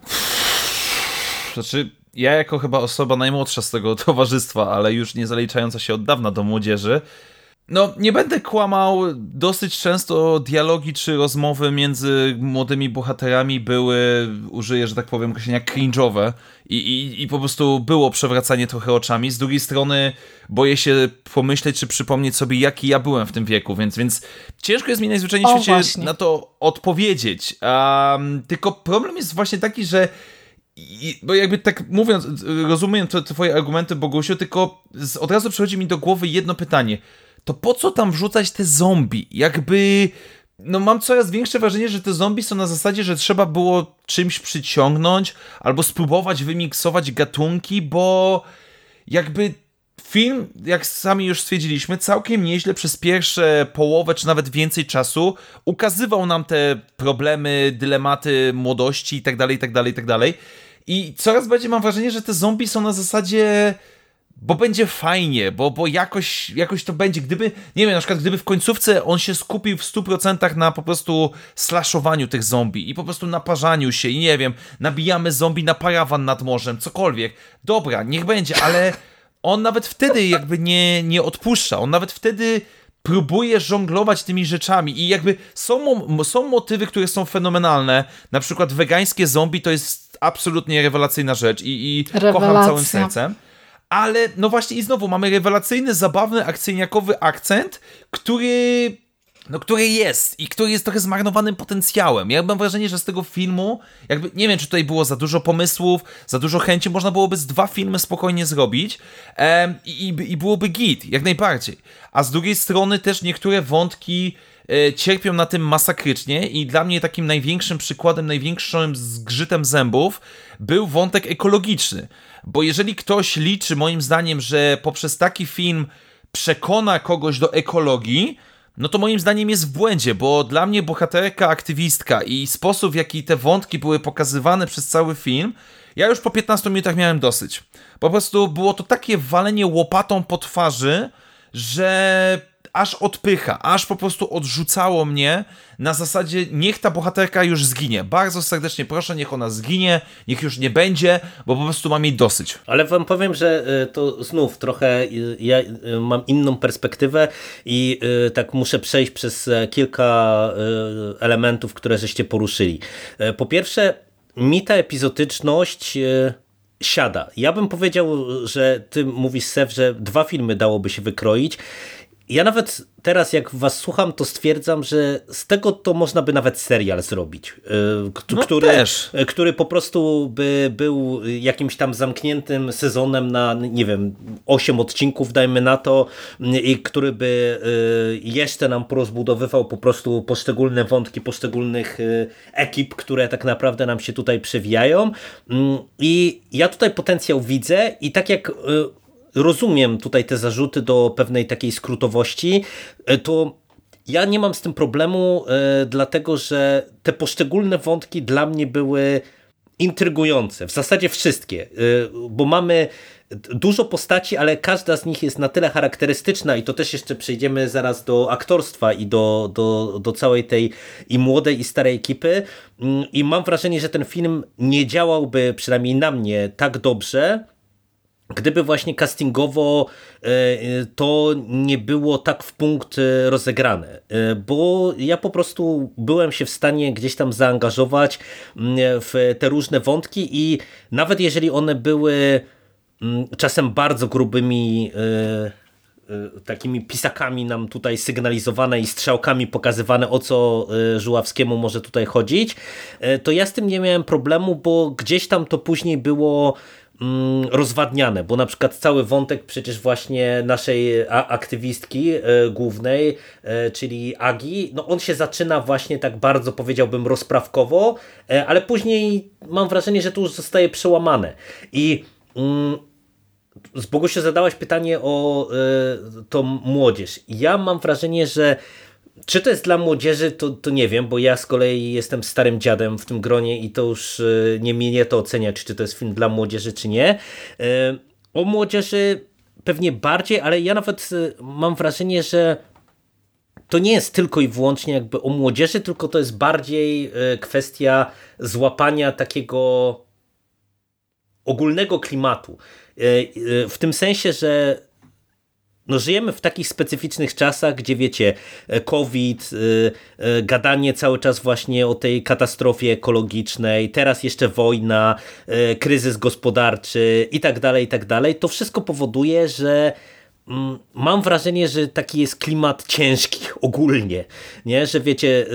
Speaker 5: Znaczy, ja jako chyba osoba najmłodsza z tego towarzystwa, ale już nie zaliczająca się od dawna do młodzieży, no nie będę kłamał, dosyć często dialogi czy rozmowy między młodymi bohaterami były, użyję, że tak powiem, określenia cringe'owe i po prostu było przewracanie trochę oczami. Z drugiej strony boję się pomyśleć czy przypomnieć sobie, jaki ja byłem w tym wieku, więc ciężko jest mi najzwyczajniej w świecie
Speaker 4: właśnie
Speaker 5: na to odpowiedzieć. Tylko problem jest właśnie taki, że bo jakby tak mówiąc, rozumiem te twoje argumenty, Bogusiu, tylko od razu przychodzi mi do głowy jedno pytanie. To po co tam wrzucać te zombie? Jakby, no mam coraz większe wrażenie, że te zombie są na zasadzie, że trzeba było czymś przyciągnąć albo spróbować wymiksować gatunki, bo jakby film, jak sami już stwierdziliśmy, całkiem nieźle przez pierwsze połowę, czy nawet więcej czasu ukazywał nam te problemy, dylematy młodości itd. I coraz bardziej mam wrażenie, że te zombie są na zasadzie, bo będzie fajnie, bo jakoś to będzie. Gdyby, nie wiem, na przykład gdyby w końcówce on się skupił w 100% na po prostu slashowaniu tych zombie i po prostu naparzaniu się i nie wiem, nabijamy zombie na parawan nad morzem, cokolwiek. Dobra, niech będzie, ale on nawet wtedy jakby nie odpuszcza. On nawet wtedy próbuje żonglować tymi rzeczami i jakby są motywy, które są fenomenalne. Na przykład wegańskie zombie to jest absolutnie rewelacyjna rzecz i kocham całym sercem. Ale no właśnie i znowu mamy rewelacyjny, zabawny, akcyjniakowy akcent, który jest i który jest trochę zmarnowanym potencjałem. Ja mam wrażenie, że z tego filmu, jakby nie wiem, czy tutaj było za dużo pomysłów, za dużo chęci, można byłoby z 2 filmy spokojnie zrobić i byłoby git, jak najbardziej. A z drugiej strony też niektóre wątki cierpią na tym masakrycznie i dla mnie takim największym przykładem, największym zgrzytem zębów był wątek ekologiczny. Bo jeżeli ktoś liczy, moim zdaniem, że poprzez taki film przekona kogoś do ekologii, no to moim zdaniem jest w błędzie, bo dla mnie bohaterka, aktywistka i sposób, w jaki te wątki były pokazywane przez cały film, ja już po 15 minutach miałem dosyć. Po prostu było to takie walenie łopatą po twarzy, że aż odpycha, aż po prostu odrzucało mnie na zasadzie niech ta bohaterka już zginie. Bardzo serdecznie proszę, niech ona zginie, niech już nie będzie, bo po prostu mam jej dosyć.
Speaker 3: Ale wam powiem, że to znów trochę ja mam inną perspektywę i tak muszę przejść przez kilka elementów, które żeście poruszyli. Po pierwsze, mi ta epizodyczność siada. Ja bym powiedział, że ty mówisz, Sef, że 2 filmy dałoby się wykroić. Ja nawet teraz, jak was słucham, to stwierdzam, że z tego to można by nawet serial zrobić, który po prostu by był jakimś tam zamkniętym sezonem na, nie wiem, 8 odcinków, dajmy na to, i który by jeszcze nam porozbudowywał po prostu poszczególne wątki poszczególnych ekip, które tak naprawdę nam się tutaj przewijają. I ja tutaj potencjał widzę i tak jak rozumiem tutaj te zarzuty do pewnej takiej skrótowości, to ja nie mam z tym problemu, dlatego że te poszczególne wątki dla mnie były intrygujące. W zasadzie wszystkie, bo mamy dużo postaci, ale każda z nich jest na tyle charakterystyczna i to też jeszcze przejdziemy zaraz do aktorstwa i do całej tej i młodej i starej ekipy i mam wrażenie, że ten film nie działałby przynajmniej na mnie tak dobrze, gdyby właśnie castingowo to nie było tak w punkt rozegrane, bo ja po prostu byłem się w stanie gdzieś tam zaangażować w te różne wątki i nawet jeżeli one były czasem bardzo grubymi takimi pisakami nam tutaj sygnalizowane i strzałkami pokazywane, o co Żuławskiemu może tutaj chodzić, to ja z tym nie miałem problemu, bo gdzieś tam to później było rozwadniane, bo na przykład cały wątek przecież właśnie naszej aktywistki głównej, czyli Agi, no on się zaczyna właśnie tak bardzo, powiedziałbym, rozprawkowo, ale później mam wrażenie, że to już zostaje przełamane. I z Bogusiu zadałaś pytanie o tą młodzież. Ja mam wrażenie, że czy to jest dla młodzieży, to nie wiem, bo ja z kolei jestem starym dziadem w tym gronie i to już nie mnie to oceniać, czy to jest film dla młodzieży, czy nie. O młodzieży pewnie bardziej, ale ja nawet mam wrażenie, że to nie jest tylko i wyłącznie jakby o młodzieży, tylko to jest bardziej kwestia złapania takiego ogólnego klimatu. W tym sensie, że no żyjemy w takich specyficznych czasach, gdzie wiecie, COVID, gadanie cały czas właśnie o tej katastrofie ekologicznej, teraz jeszcze wojna, kryzys gospodarczy i tak dalej, to wszystko powoduje, że mam wrażenie, że taki jest klimat ciężki ogólnie, nie? Że wiecie,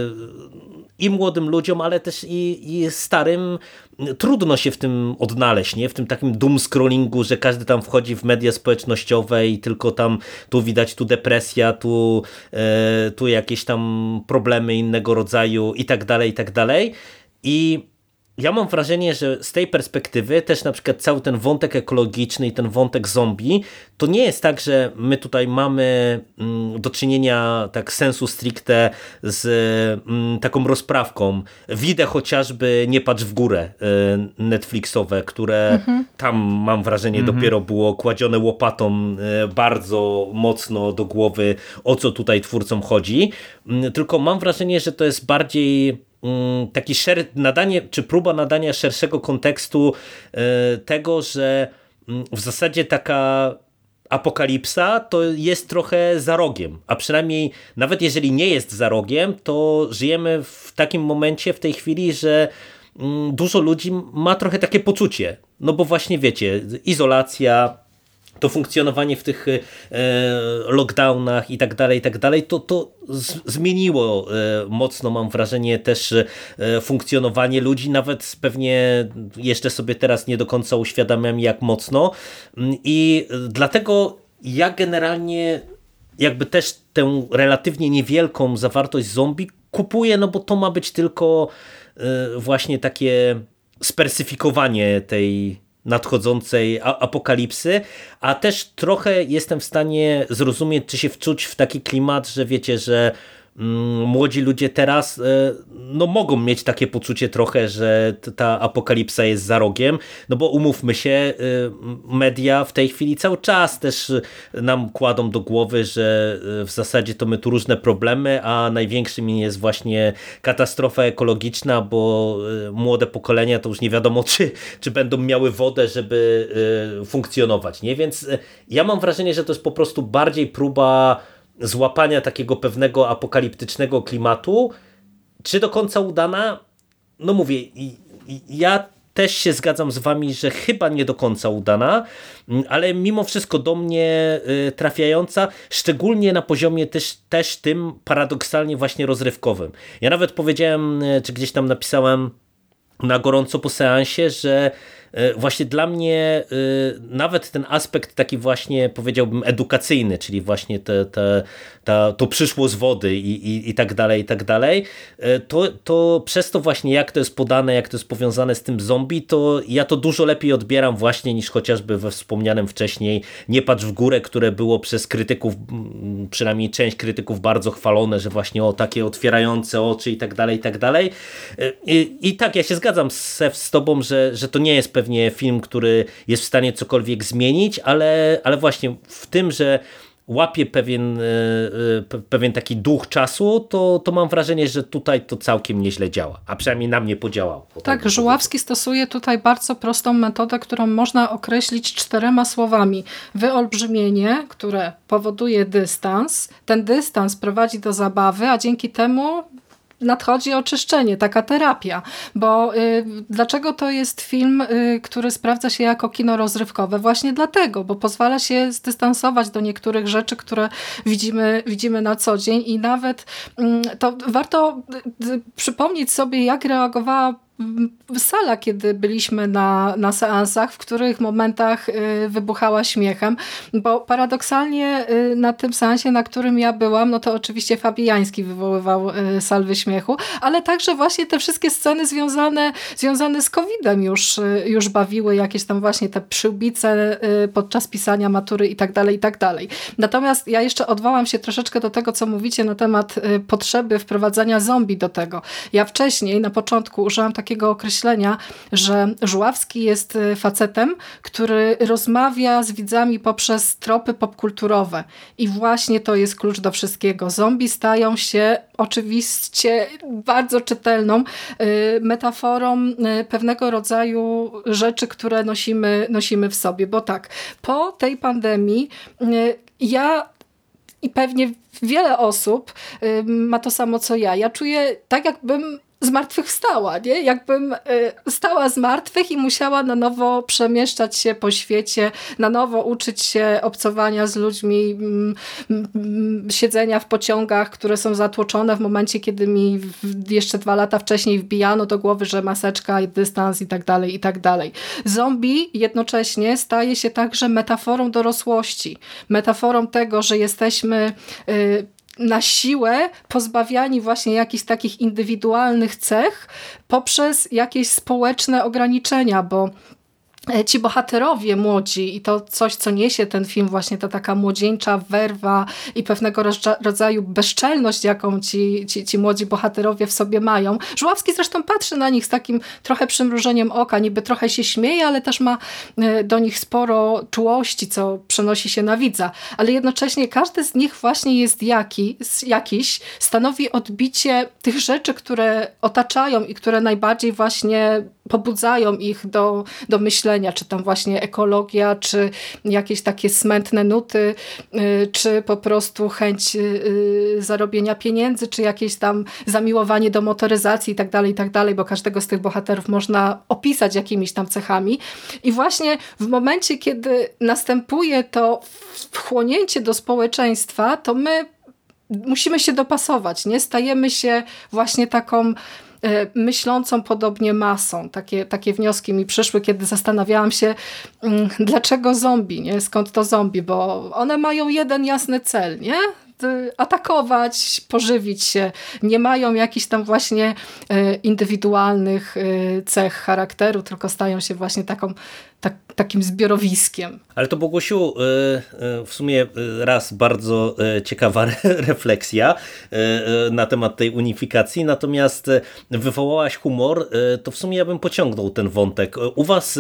Speaker 3: i młodym ludziom, ale też i starym trudno się w tym odnaleźć, nie? W tym takim doom scrollingu, że każdy tam wchodzi w media społecznościowe i tylko tam tu widać tu depresja, tu jakieś tam problemy innego rodzaju i tak dalej. I ja mam wrażenie, że z tej perspektywy też na przykład cały ten wątek ekologiczny i ten wątek zombie, to nie jest tak, że my tutaj mamy do czynienia tak sensu stricte z taką rozprawką. Widzę chociażby Nie patrz w górę Netflixowe, które tam mam wrażenie dopiero było kładzione łopatą bardzo mocno do głowy, o co tutaj twórcom chodzi. Tylko mam wrażenie, że to jest bardziej taki nadanie, czy próba nadania szerszego kontekstu tego, że w zasadzie taka apokalipsa to jest trochę za rogiem, a przynajmniej nawet jeżeli nie jest za rogiem, to żyjemy w takim momencie w tej chwili, że dużo ludzi ma trochę takie poczucie, no bo właśnie wiecie, izolacja, to funkcjonowanie w tych lockdownach i tak dalej, to zmieniło mocno, mam wrażenie, też funkcjonowanie ludzi, nawet pewnie jeszcze sobie teraz nie do końca uświadamiam, jak mocno. I dlatego ja generalnie jakby też tę relatywnie niewielką zawartość zombie kupuję, no bo to ma być tylko właśnie takie spersifikowanie tej nadchodzącej apokalipsy, a też trochę jestem w stanie zrozumieć, czy się wczuć w taki klimat, że wiecie, że młodzi ludzie teraz no mogą mieć takie poczucie trochę, że ta apokalipsa jest za rogiem, no bo umówmy się, media w tej chwili cały czas też nam kładą do głowy, że w zasadzie to my tu różne problemy, a największym jest właśnie katastrofa ekologiczna, bo młode pokolenia to już nie wiadomo, czy będą miały wodę, żeby funkcjonować, nie? Więc ja mam wrażenie, że to jest po prostu bardziej próba złapania takiego pewnego apokaliptycznego klimatu. Czy do końca udana? No mówię, ja też się zgadzam z wami, że chyba nie do końca udana, ale mimo wszystko do mnie trafiająca, szczególnie na poziomie też tym paradoksalnie właśnie rozrywkowym. Ja nawet powiedziałem, czy gdzieś tam napisałem na gorąco po seansie, że właśnie dla mnie nawet ten aspekt taki właśnie, powiedziałbym, edukacyjny, czyli właśnie to przyszło z wody i tak dalej, to przez to właśnie jak to jest podane, jak to jest powiązane z tym zombie, to ja to dużo lepiej odbieram właśnie niż chociażby we wspomnianym wcześniej Nie patrz w górę, które było przez krytyków, przynajmniej część krytyków bardzo chwalone, że właśnie o takie otwierające oczy i tak dalej. I tak, ja się zgadzam z tobą, że to nie jest pewnie film, który jest w stanie cokolwiek zmienić, ale właśnie w tym, że łapie pewien taki duch czasu, to mam wrażenie, że tutaj to całkiem nieźle działa, a przynajmniej na mnie podziałało.
Speaker 4: Tak, Żuławski stosuje tutaj bardzo prostą metodę, którą można określić 4 słowami. Wyolbrzymienie, które powoduje dystans. Ten dystans prowadzi do zabawy, a dzięki temu nadchodzi oczyszczenie, taka terapia, bo dlaczego to jest film, który sprawdza się jako kino rozrywkowe? Właśnie dlatego, bo pozwala się zdystansować do niektórych rzeczy, które widzimy na co dzień i nawet to warto przypomnieć sobie, jak reagowała sala, kiedy byliśmy na seansach, w których momentach wybuchała śmiechem, bo paradoksalnie na tym seansie, na którym ja byłam, no to oczywiście Fabijański wywoływał salwy śmiechu, ale także właśnie te wszystkie sceny związane z COVID-em już bawiły, jakieś tam właśnie te przyłbice podczas pisania matury i tak dalej, i tak dalej. Natomiast ja jeszcze odwołam się troszeczkę do tego, co mówicie na temat potrzeby wprowadzania zombie do tego. Ja wcześniej, na początku użyłam takiego określenia, że Żuławski jest facetem, który rozmawia z widzami poprzez tropy popkulturowe. I właśnie to jest klucz do wszystkiego. Zombie stają się oczywiście bardzo czytelną metaforą pewnego rodzaju rzeczy, które nosimy w sobie. Bo tak, po tej pandemii ja i pewnie wiele osób ma to samo co ja. Ja czuję tak, jakbym zmartwychwstała, nie? Jakbym stała z martwych i musiała na nowo przemieszczać się po świecie, na nowo uczyć się obcowania z ludźmi, siedzenia w pociągach, które są zatłoczone w momencie, kiedy mi jeszcze 2 lata wcześniej wbijano do głowy, że maseczka, dystans i tak dalej, i tak dalej. Zombie jednocześnie staje się także metaforą dorosłości. Metaforą tego, że jesteśmy na siłę pozbawiani właśnie jakichś takich indywidualnych cech poprzez jakieś społeczne ograniczenia, bo ci bohaterowie młodzi i to coś, co niesie ten film, właśnie ta taka młodzieńcza werwa i pewnego rodzaju bezczelność, jaką ci młodzi bohaterowie w sobie mają. Żuławski zresztą patrzy na nich z takim trochę przymrużeniem oka, niby trochę się śmieje, ale też ma do nich sporo czułości, co przenosi się na widza. Ale jednocześnie każdy z nich właśnie jest jakiś, stanowi odbicie tych rzeczy, które otaczają i które najbardziej właśnie pobudzają ich do myślenia, czy tam właśnie ekologia, czy jakieś takie smętne nuty, czy po prostu chęć zarobienia pieniędzy, czy jakieś tam zamiłowanie do motoryzacji i tak dalej, bo każdego z tych bohaterów można opisać jakimiś tam cechami. I właśnie w momencie, kiedy następuje to wchłonięcie do społeczeństwa, to my musimy się dopasować, nie? Stajemy się właśnie taką myślącą podobnie masą. Takie wnioski mi przyszły, kiedy zastanawiałam się, dlaczego zombie, nie? Skąd to zombie, bo one mają jeden jasny cel, nie? Atakować, pożywić się. Nie mają jakichś tam właśnie indywidualnych cech charakteru, tylko stają się właśnie takim zbiorowiskiem.
Speaker 3: Ale to, Bogusiu, w sumie raz bardzo ciekawa refleksja na temat tej unifikacji, natomiast wywołałaś humor, to w sumie ja bym pociągnął ten wątek. U was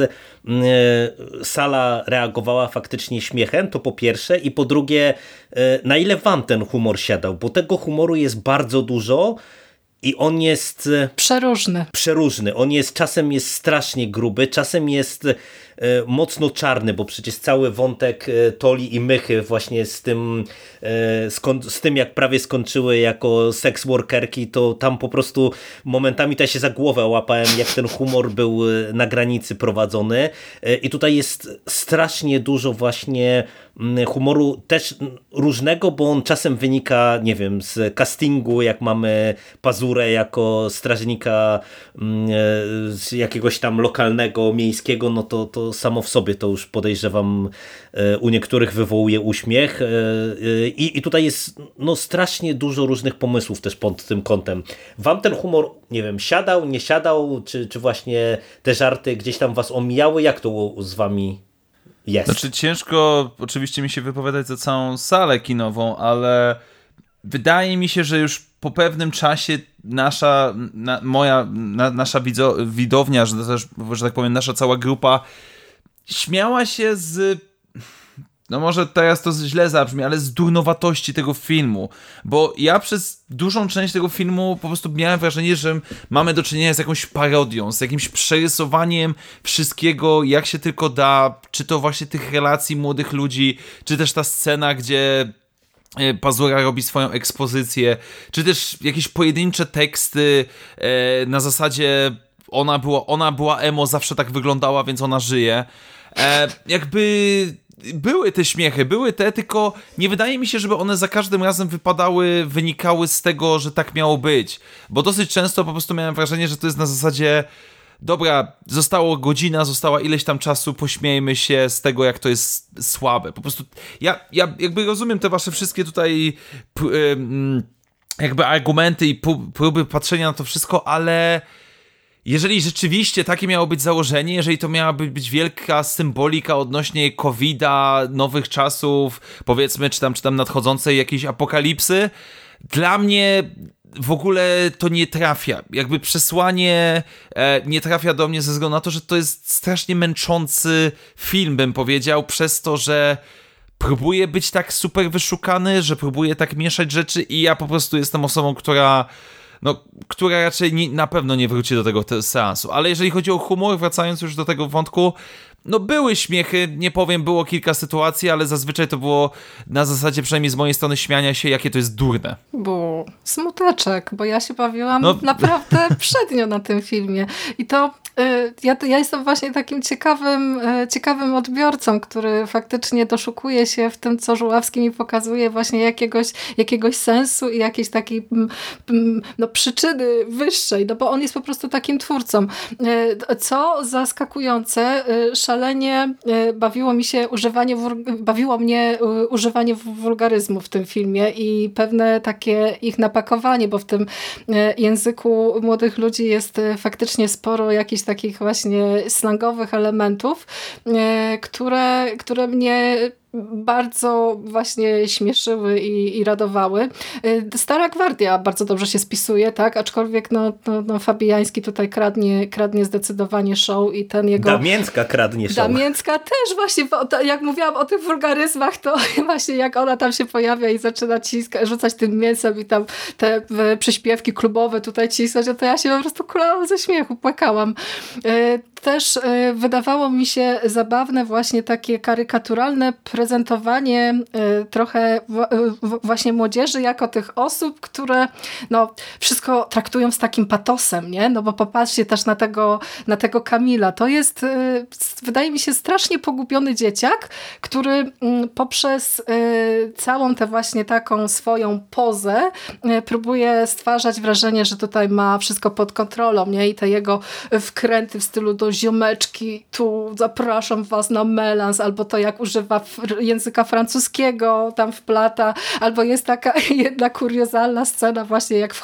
Speaker 3: sala reagowała faktycznie śmiechem, to po pierwsze, i po drugie, na ile wam ten humor siadał, bo tego humoru jest bardzo dużo, i on jest przeróżny. On czasem jest strasznie gruby, czasem jest mocno czarny, bo przecież cały wątek Toli i Mychy właśnie z tym jak prawie skończyły jako seks workerki, to tam po prostu momentami to ja się za głowę łapałem, jak ten humor był na granicy prowadzony. I tutaj jest strasznie dużo właśnie humoru też różnego, bo on czasem wynika, nie wiem, z castingu, jak mamy Pazurę jako strażnika z jakiegoś tam lokalnego, miejskiego, no to samo w sobie to już podejrzewam u niektórych wywołuje uśmiech i tutaj jest strasznie dużo różnych pomysłów też pod tym kątem. Wam ten humor, nie wiem, siadał, nie siadał, czy właśnie te żarty gdzieś tam was omijały? Jak to z wami jest?
Speaker 5: Znaczy ciężko oczywiście mi się wypowiadać za całą salę kinową, ale wydaje mi się, że już po pewnym czasie nasza widownia, że tak powiem, nasza cała grupa śmiała się z, no może teraz to źle zabrzmi, ale z durnowatości tego filmu, bo ja przez dużą część tego filmu po prostu miałem wrażenie, że mamy do czynienia z jakąś parodią, z jakimś przerysowaniem wszystkiego, jak się tylko da, czy to właśnie tych relacji młodych ludzi, czy też ta scena, gdzie Pazura robi swoją ekspozycję, czy też jakieś pojedyncze teksty na zasadzie ona była emo, zawsze tak wyglądała, więc ona żyje. Jakby były te śmiechy, tylko nie wydaje mi się, żeby one za każdym razem wynikały z tego, że tak miało być. Bo dosyć często po prostu miałem wrażenie, że to jest na zasadzie dobra, została ileś tam czasu, pośmiejmy się z tego, jak to jest słabe. Po prostu ja jakby rozumiem te wasze wszystkie tutaj jakby argumenty i próby patrzenia na to wszystko, ale jeżeli rzeczywiście takie miało być założenie, jeżeli to miała być wielka symbolika odnośnie COVID-a, nowych czasów, powiedzmy, czy tam nadchodzącej jakiejś apokalipsy, dla mnie w ogóle to nie trafia. Jakby przesłanie nie trafia do mnie ze względu na to, że to jest strasznie męczący film, bym powiedział, przez to, że próbuje być tak super wyszukany, że próbuje tak mieszać rzeczy i ja po prostu jestem osobą, która raczej na pewno nie wróci do tego seansu. Ale jeżeli chodzi o humor, wracając już do tego wątku, no były śmiechy, nie powiem, było kilka sytuacji, ale zazwyczaj to było na zasadzie, przynajmniej z mojej strony, śmiania się, jakie to jest durne.
Speaker 4: Bo smuteczek, bo ja się bawiłam naprawdę przednio na tym filmie. I to ja jestem właśnie takim ciekawym odbiorcą, który faktycznie doszukuje się w tym, co Żuławski mi pokazuje, właśnie jakiegoś sensu i jakiejś takiej przyczyny wyższej, no bo on jest po prostu takim twórcą. Co zaskakujące, szalenie bawiło mnie używanie wulgaryzmu w tym filmie i pewne takie ich napakowanie, bo w tym języku młodych ludzi jest faktycznie sporo jakichś takich właśnie slangowych elementów, które mnie bardzo właśnie śmieszyły i radowały. Stara Gwardia bardzo dobrze się spisuje, tak? Aczkolwiek Fabijański tutaj kradnie zdecydowanie show i ten jego...
Speaker 3: Damięcka kradnie show.
Speaker 4: Damięcka też właśnie, jak mówiłam o tych wulgaryzmach, to właśnie jak ona tam się pojawia i zaczyna rzucać tym mięsem i tam te przyśpiewki klubowe tutaj cisnąć, to ja się po prostu kulałam ze śmiechu, płakałam. Też wydawało mi się zabawne właśnie takie karykaturalne prezentowanie trochę właśnie młodzieży jako tych osób, które wszystko traktują z takim patosem, nie? No bo popatrzcie też na tego Kamila. To jest, wydaje mi się, strasznie pogubiony dzieciak, który poprzez całą tę właśnie taką swoją pozę próbuje stwarzać wrażenie, że tutaj ma wszystko pod kontrolą, nie? I te jego wkręty w stylu do ziomeczki, tu zapraszam was na melans, albo to jak używa języka francuskiego, tam wplata, albo jest taka jedna kuriozalna scena właśnie jak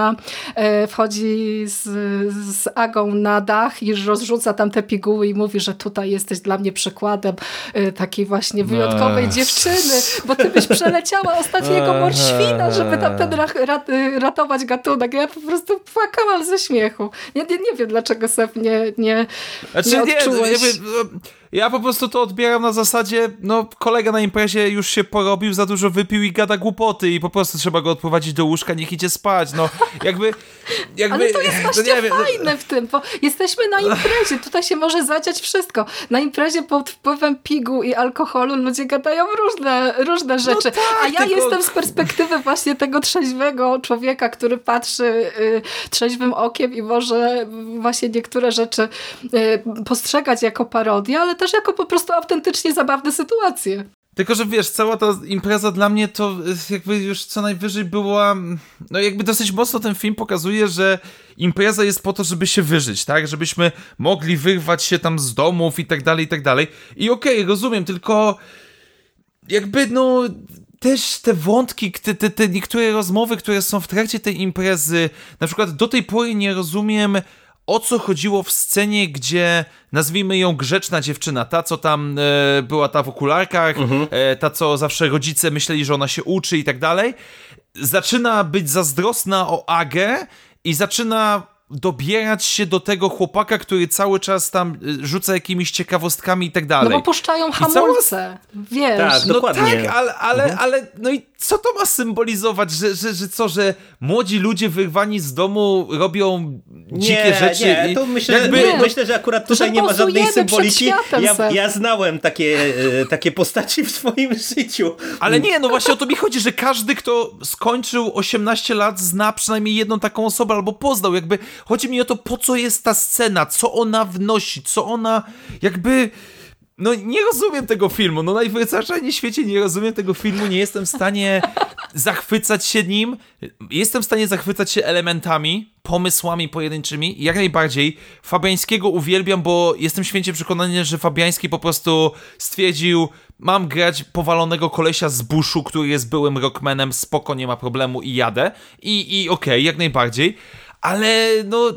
Speaker 4: wchodzi z Agą na dach i rozrzuca tam te piguły i mówi, że tutaj jesteś dla mnie przykładem takiej właśnie wyjątkowej dziewczyny, bo ty byś przeleciała ostatniego morświna, żeby tam ratować gatunek. Ja po prostu płakałam ze śmiechu. Nie wiem, dlaczego Sef nie odczułeś.
Speaker 5: Ja po prostu to odbieram na zasadzie, kolega na imprezie już się porobił, za dużo wypił i gada głupoty i po prostu trzeba go odprowadzić do łóżka, niech idzie spać, jakby
Speaker 4: ale to jest właśnie fajne w tym, bo jesteśmy na imprezie, tutaj się może zadziać wszystko. Na imprezie pod wpływem pigu i alkoholu ludzie gadają różne rzeczy, a ja jestem z perspektywy właśnie tego trzeźwego człowieka, który patrzy trzeźwym okiem i może właśnie niektóre rzeczy postrzegać jako parodię, ale też jako po prostu autentycznie zabawne sytuacje.
Speaker 5: Tylko, że wiesz, cała ta impreza dla mnie to jakby już co najwyżej była... jakby dosyć mocno ten film pokazuje, że impreza jest po to, żeby się wyżyć, tak? Żebyśmy mogli wyrwać się tam z domów i tak dalej, i tak dalej. I okej, rozumiem, tylko jakby też te wątki, te niektóre rozmowy, które są w trakcie tej imprezy, na przykład do tej pory nie rozumiem, o co chodziło w scenie, gdzie nazwijmy ją grzeczna dziewczyna, ta co tam była ta w okularkach, ta co zawsze rodzice myśleli, że ona się uczy i tak dalej, zaczyna być zazdrosna o Agę i zaczyna dobierać się do tego chłopaka, który cały czas tam rzuca jakimiś ciekawostkami i tak dalej.
Speaker 4: No bo puszczają hamulce, wiesz.
Speaker 3: Tak, dokładnie.
Speaker 5: Tak, ale i co to ma symbolizować, że młodzi ludzie wyrwani z domu robią dzikie rzeczy?
Speaker 3: Nie, to myślę, że akurat tutaj nie ma żadnej symboliki. Ja znałem takie postaci w swoim życiu.
Speaker 5: Ale nie, właśnie o to mi chodzi, że każdy, kto skończył 18 lat, zna przynajmniej jedną taką osobę albo poznał. Jakby chodzi mi o to, po co jest ta scena, co ona wnosi, co ona jakby... No nie rozumiem tego filmu, no najwyraźniej w świecie nie rozumiem tego filmu, nie jestem w stanie zachwycać się nim, jestem w stanie zachwycać się elementami, pomysłami pojedynczymi, jak najbardziej. Fabiańskiego uwielbiam, bo jestem święcie przekonany, że Fabiański po prostu stwierdził, mam grać powalonego kolesia z buszu, który jest byłym rockmanem, spoko, nie ma problemu i jadę. I okej, jak najbardziej, ale no...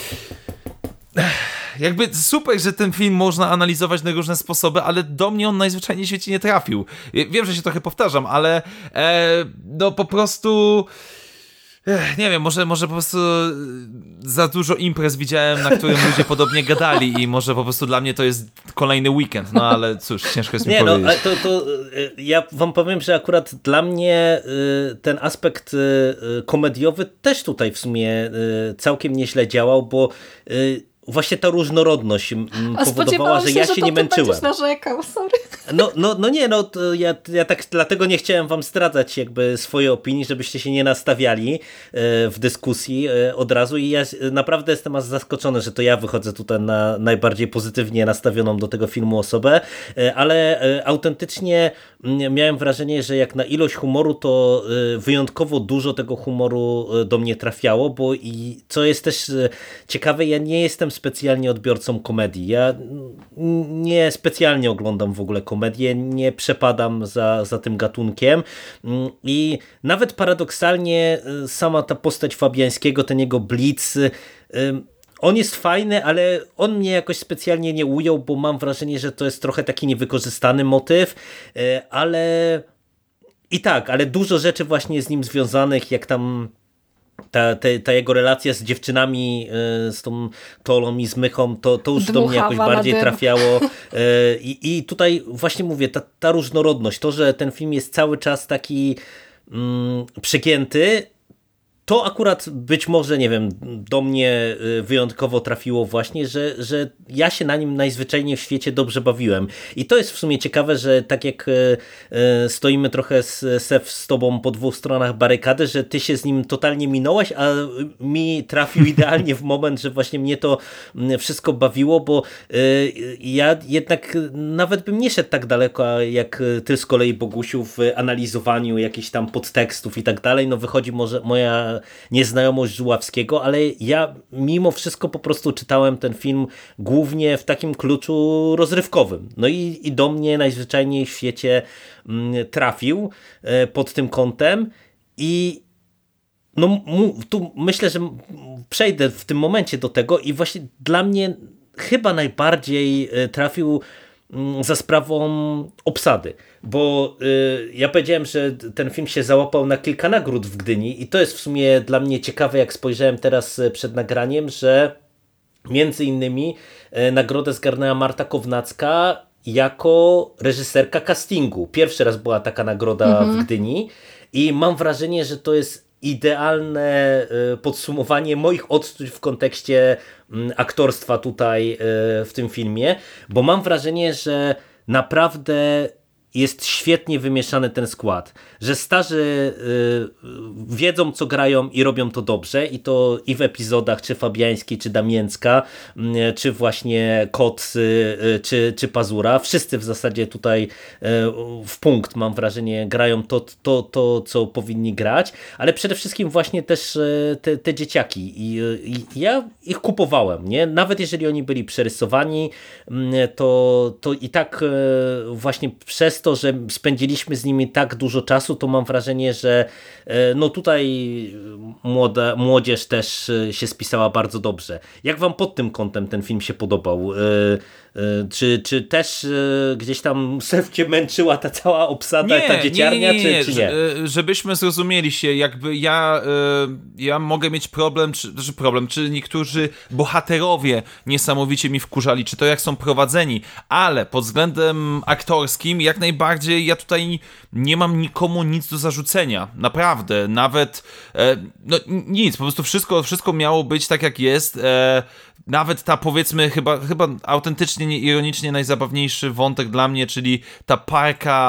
Speaker 5: Jakby super, że ten film można analizować na różne sposoby, ale do mnie on najzwyczajniej w świecie nie trafił. Wiem, że się trochę powtarzam, ale no po prostu... Nie wiem, może po prostu za dużo imprez widziałem, na którym ludzie podobnie gadali i może po prostu dla mnie to jest kolejny weekend, no ale cóż, ciężko jest mi powiedzieć.
Speaker 3: Nie, no, ja wam powiem, że akurat dla mnie ten aspekt komediowy też tutaj w sumie całkiem nieźle działał, bo właśnie ta różnorodność powodowała, że ja się nie męczyłem.
Speaker 4: Narzekał, sorry.
Speaker 3: Ja tak dlatego nie chciałem wam zdradzać jakby swojej opinii, żebyście się nie nastawiali w dyskusji od razu i ja naprawdę jestem aż zaskoczony, że to ja wychodzę tutaj na najbardziej pozytywnie nastawioną do tego filmu osobę, ale autentycznie miałem wrażenie, że jak na ilość humoru, to wyjątkowo dużo tego humoru do mnie trafiało, bo i co jest też ciekawe, ja nie jestem specjalnie odbiorcą komedii. Ja nie specjalnie oglądam w ogóle komedię, nie przepadam za tym gatunkiem i nawet paradoksalnie sama ta postać Fabiańskiego, ten jego blitz, on jest fajny, ale on mnie jakoś specjalnie nie ujął, bo mam wrażenie, że to jest trochę taki niewykorzystany motyw, ale ale dużo rzeczy właśnie z nim związanych, jak tam ta jego relacja z dziewczynami, z tą Tolą i z Mychą, to już do mnie jakoś bardziej trafiało. I tutaj właśnie mówię, ta różnorodność, to, że ten film jest cały czas taki przegięty, to akurat być może, nie wiem, do mnie wyjątkowo trafiło właśnie, że ja się na nim najzwyczajniej w świecie dobrze bawiłem. I to jest w sumie ciekawe, że tak jak stoimy trochę z tobą po dwóch stronach barykady, że ty się z nim totalnie minąłeś, a mi trafił idealnie w moment, że właśnie mnie to wszystko bawiło, bo ja jednak nawet bym nie szedł tak daleko, jak ty z kolei, Bogusiu, w analizowaniu jakichś tam podtekstów i tak dalej. No wychodzi może moja nieznajomość Żuławskiego, ale ja mimo wszystko po prostu czytałem ten film głównie w takim kluczu rozrywkowym. No i do mnie najzwyczajniej w świecie trafił pod tym kątem i no tu myślę, że przejdę w tym momencie do tego i właśnie dla mnie chyba najbardziej trafił za sprawą obsady, bo ja powiedziałem, że ten film się załapał na kilka nagród w Gdyni i to jest w sumie dla mnie ciekawe, jak spojrzałem teraz przed nagraniem, że między innymi nagrodę zgarnęła Marta Kownacka jako reżyserka castingu. Pierwszy raz była taka nagroda w Gdyni i mam wrażenie, że to jest idealne podsumowanie moich odczuć w kontekście aktorstwa tutaj w tym filmie, bo mam wrażenie, że naprawdę jest świetnie wymieszany ten skład, że starzy wiedzą, co grają i robią to dobrze i to i w epizodach, czy Fabiańskiej, czy Damięcka, czy właśnie Kot, czy Pazura. Wszyscy w zasadzie tutaj w punkt, mam wrażenie, grają to co powinni grać, ale przede wszystkim właśnie też te dzieciaki i ja ich kupowałem, nie? Nawet jeżeli oni byli przerysowani, to i tak właśnie przez to, że spędziliśmy z nimi tak dużo czasu, to mam wrażenie, że no tutaj młodzież też się spisała bardzo dobrze. Jak wam pod tym kątem ten film się podobał? Czy też gdzieś tam cię męczyła ta cała obsada, ta dzieciarnia, czy nie?
Speaker 5: Żebyśmy zrozumieli się, jakby ja mogę mieć problem, czy niektórzy bohaterowie niesamowicie mi wkurzali, czy to jak są prowadzeni, ale pod względem aktorskim jak najbardziej ja tutaj nie mam nikomu nic do zarzucenia. Naprawdę. Nawet no nic, po prostu wszystko miało być tak jak jest. Nawet ta, powiedzmy, chyba autentycznie, ironicznie najzabawniejszy wątek dla mnie, czyli ta parka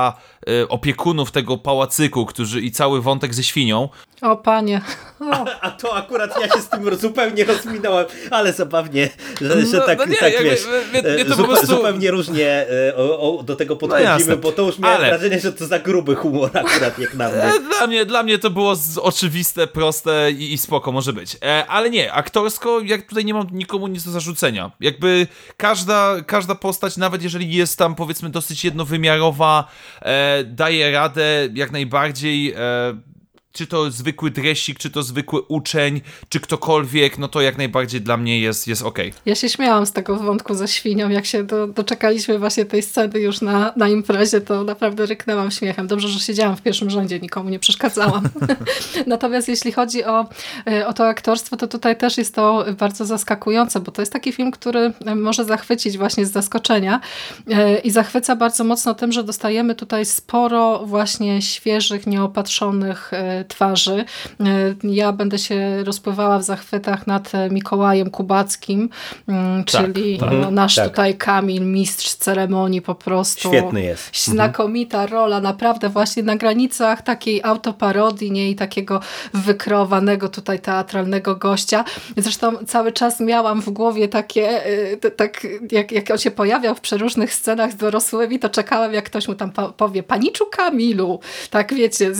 Speaker 5: opiekunów tego pałacyku, i cały wątek ze świnią.
Speaker 4: O panie. O.
Speaker 3: A to akurat ja się z tym zupełnie rozminąłem, ale zabawnie, że tak wiesz,
Speaker 5: mnie to po prostu...
Speaker 3: zupełnie różnie do tego podchodzimy, bo to już miałem wrażenie, że to za gruby humor akurat jak na mnie.
Speaker 5: Dla mnie to było oczywiste, proste i spoko może być. Ale nie, aktorsko, jak tutaj nie mam nikomu nic do zarzucenia. Jakby każda postać, nawet jeżeli jest tam powiedzmy dosyć jednowymiarowa, daje radę jak najbardziej... Czy to zwykły dresik, czy to zwykły uczeń, czy ktokolwiek, no to jak najbardziej dla mnie jest okej.
Speaker 4: Ja się śmiałam z tego wątku ze świnią, jak się doczekaliśmy właśnie tej sceny już na imprezie, to naprawdę ryknęłam śmiechem. Dobrze, że siedziałam w pierwszym rzędzie, nikomu nie przeszkadzałam. Natomiast jeśli chodzi o to aktorstwo, to tutaj też jest to bardzo zaskakujące, bo to jest taki film, który może zachwycić właśnie z zaskoczenia i zachwyca bardzo mocno tym, że dostajemy tutaj sporo właśnie świeżych, nieopatrzonych twarzy. Ja będę się rozpływała w zachwytach nad Mikołajem Kubackim, czyli nasz tutaj Kamil, mistrz ceremonii po prostu.
Speaker 3: Świetny jest.
Speaker 4: Znakomita rola, naprawdę właśnie na granicach takiej autoparodii, nie, i takiego wykreowanego tutaj teatralnego gościa. Zresztą cały czas miałam w głowie takie, tak jak on się pojawiał w przeróżnych scenach z dorosłymi, to czekałem, jak ktoś mu tam powie, paniczu Kamilu, tak wiecie, z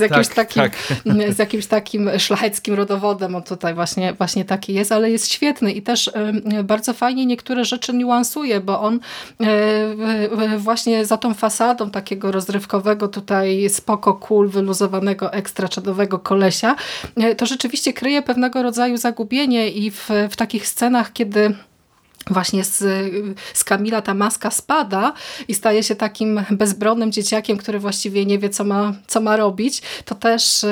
Speaker 4: jakimś takim szlacheckim rodowodem, on tutaj właśnie taki jest, ale jest świetny i też bardzo fajnie niektóre rzeczy niuansuje, bo on właśnie za tą fasadą takiego rozrywkowego tutaj spoko, cool, wyluzowanego, ekstra czadowego kolesia, to rzeczywiście kryje pewnego rodzaju zagubienie i w takich scenach, kiedy właśnie z Kamila ta maska spada i staje się takim bezbronnym dzieciakiem, który właściwie nie wie, co ma robić, to też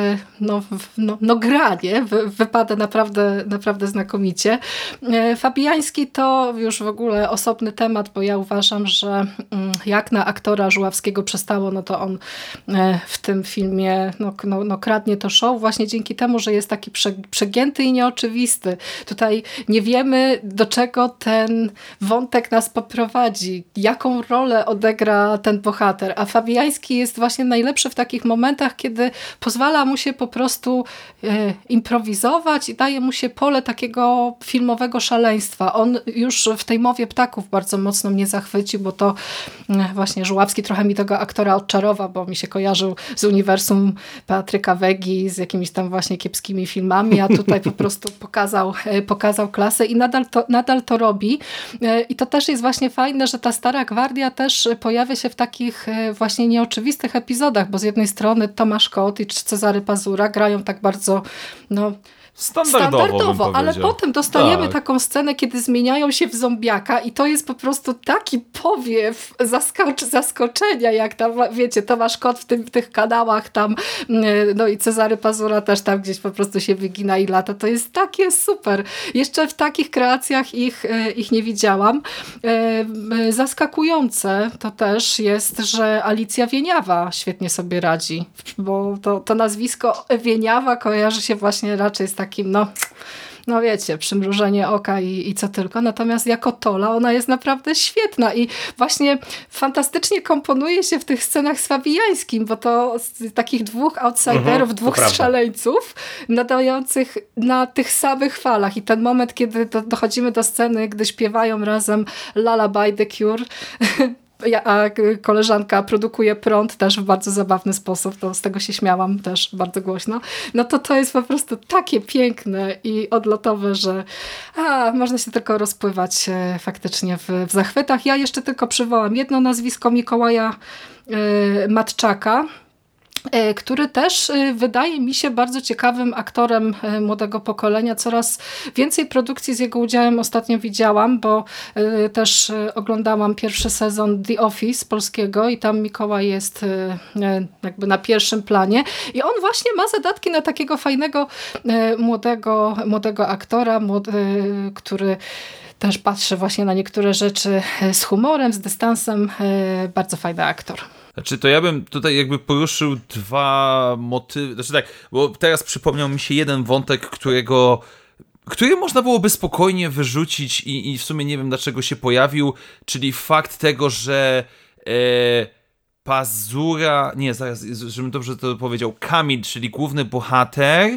Speaker 4: gra, nie? Wypada naprawdę znakomicie. Fabiański to już w ogóle osobny temat, bo ja uważam, że jak na aktora Żuławskiego przystało, no to on w tym filmie kradnie to show właśnie dzięki temu, że jest taki przegięty i nieoczywisty. Tutaj nie wiemy, do czego ten wątek nas poprowadzi, jaką rolę odegra ten bohater, a Fabiański jest właśnie najlepszy w takich momentach, kiedy pozwala mu się po prostu improwizować i daje mu się pole takiego filmowego szaleństwa. On już w tej Mowie ptaków bardzo mocno mnie zachwycił, bo to właśnie Żuławski trochę mi tego aktora odczarował, bo mi się kojarzył z uniwersum Patryka Wegi, z jakimiś tam właśnie kiepskimi filmami, a tutaj po prostu pokazał klasę i nadal to robi. I to też jest właśnie fajne, że ta Stara Gwardia też pojawia się w takich właśnie nieoczywistych epizodach, bo z jednej strony Tomasz Kot i Cezary Pazura grają tak bardzo standardowo, ale potem dostajemy taką scenę, kiedy zmieniają się w zombiaka i to jest po prostu taki powiew zaskoczenia, jak tam, wiecie, Tomasz Kot w tych kanałach tam, no i Cezary Pazura też tam gdzieś po prostu się wygina i lata. To jest takie super. Jeszcze w takich kreacjach ich nie widziałam. Zaskakujące to też jest, że Alicja Wieniawa świetnie sobie radzi, bo to nazwisko Wieniawa kojarzy się właśnie raczej z takim, no wiecie, przymrużenie oka i co tylko. Natomiast jako Tola ona jest naprawdę świetna i właśnie fantastycznie komponuje się w tych scenach z Fabiańskim, bo to z takich dwóch outsiderów, dwóch szaleńców nadających na tych samych falach. I ten moment, kiedy dochodzimy do sceny, gdy śpiewają razem Lullaby The Cure, a koleżanka produkuje prąd też w bardzo zabawny sposób, to z tego się śmiałam też bardzo głośno, no to jest po prostu takie piękne i odlotowe, że można się tylko rozpływać faktycznie w zachwytach. Ja jeszcze tylko przywołam jedno nazwisko, Mikołaja Matczaka, który też wydaje mi się bardzo ciekawym aktorem młodego pokolenia. Coraz więcej produkcji z jego udziałem ostatnio widziałam, bo też oglądałam pierwszy sezon The Office polskiego i tam Mikołaj jest jakby na pierwszym planie i on właśnie ma zadatki na takiego fajnego młodego aktora, który też patrzy właśnie na niektóre rzeczy z humorem, z dystansem. Bardzo fajny aktor.
Speaker 5: Znaczy, to ja bym tutaj jakby poruszył dwa motywy, znaczy tak, bo teraz przypomniał mi się jeden wątek, który można byłoby spokojnie wyrzucić i w sumie nie wiem dlaczego się pojawił, czyli fakt tego, że Pazura, nie, zaraz, żebym dobrze to powiedział, Kamil, czyli główny bohater,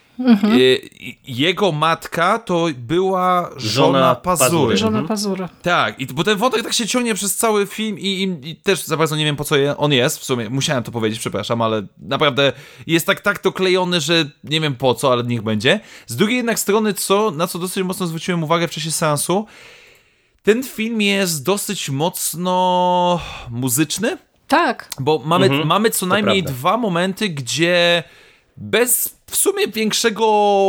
Speaker 5: jego matka to była żona Pazury.
Speaker 4: Żona Pazury.
Speaker 5: Tak, bo ten wątek tak się ciągnie przez cały film i też za bardzo nie wiem, po co on jest, w sumie musiałem to powiedzieć, przepraszam, ale naprawdę jest tak to klejony, że nie wiem po co, ale niech będzie. Z drugiej jednak strony, na co dosyć mocno zwróciłem uwagę w czasie seansu, ten film jest dosyć mocno muzyczny.
Speaker 4: Tak.
Speaker 5: Bo mamy co najmniej dwa momenty, gdzie bez w sumie większego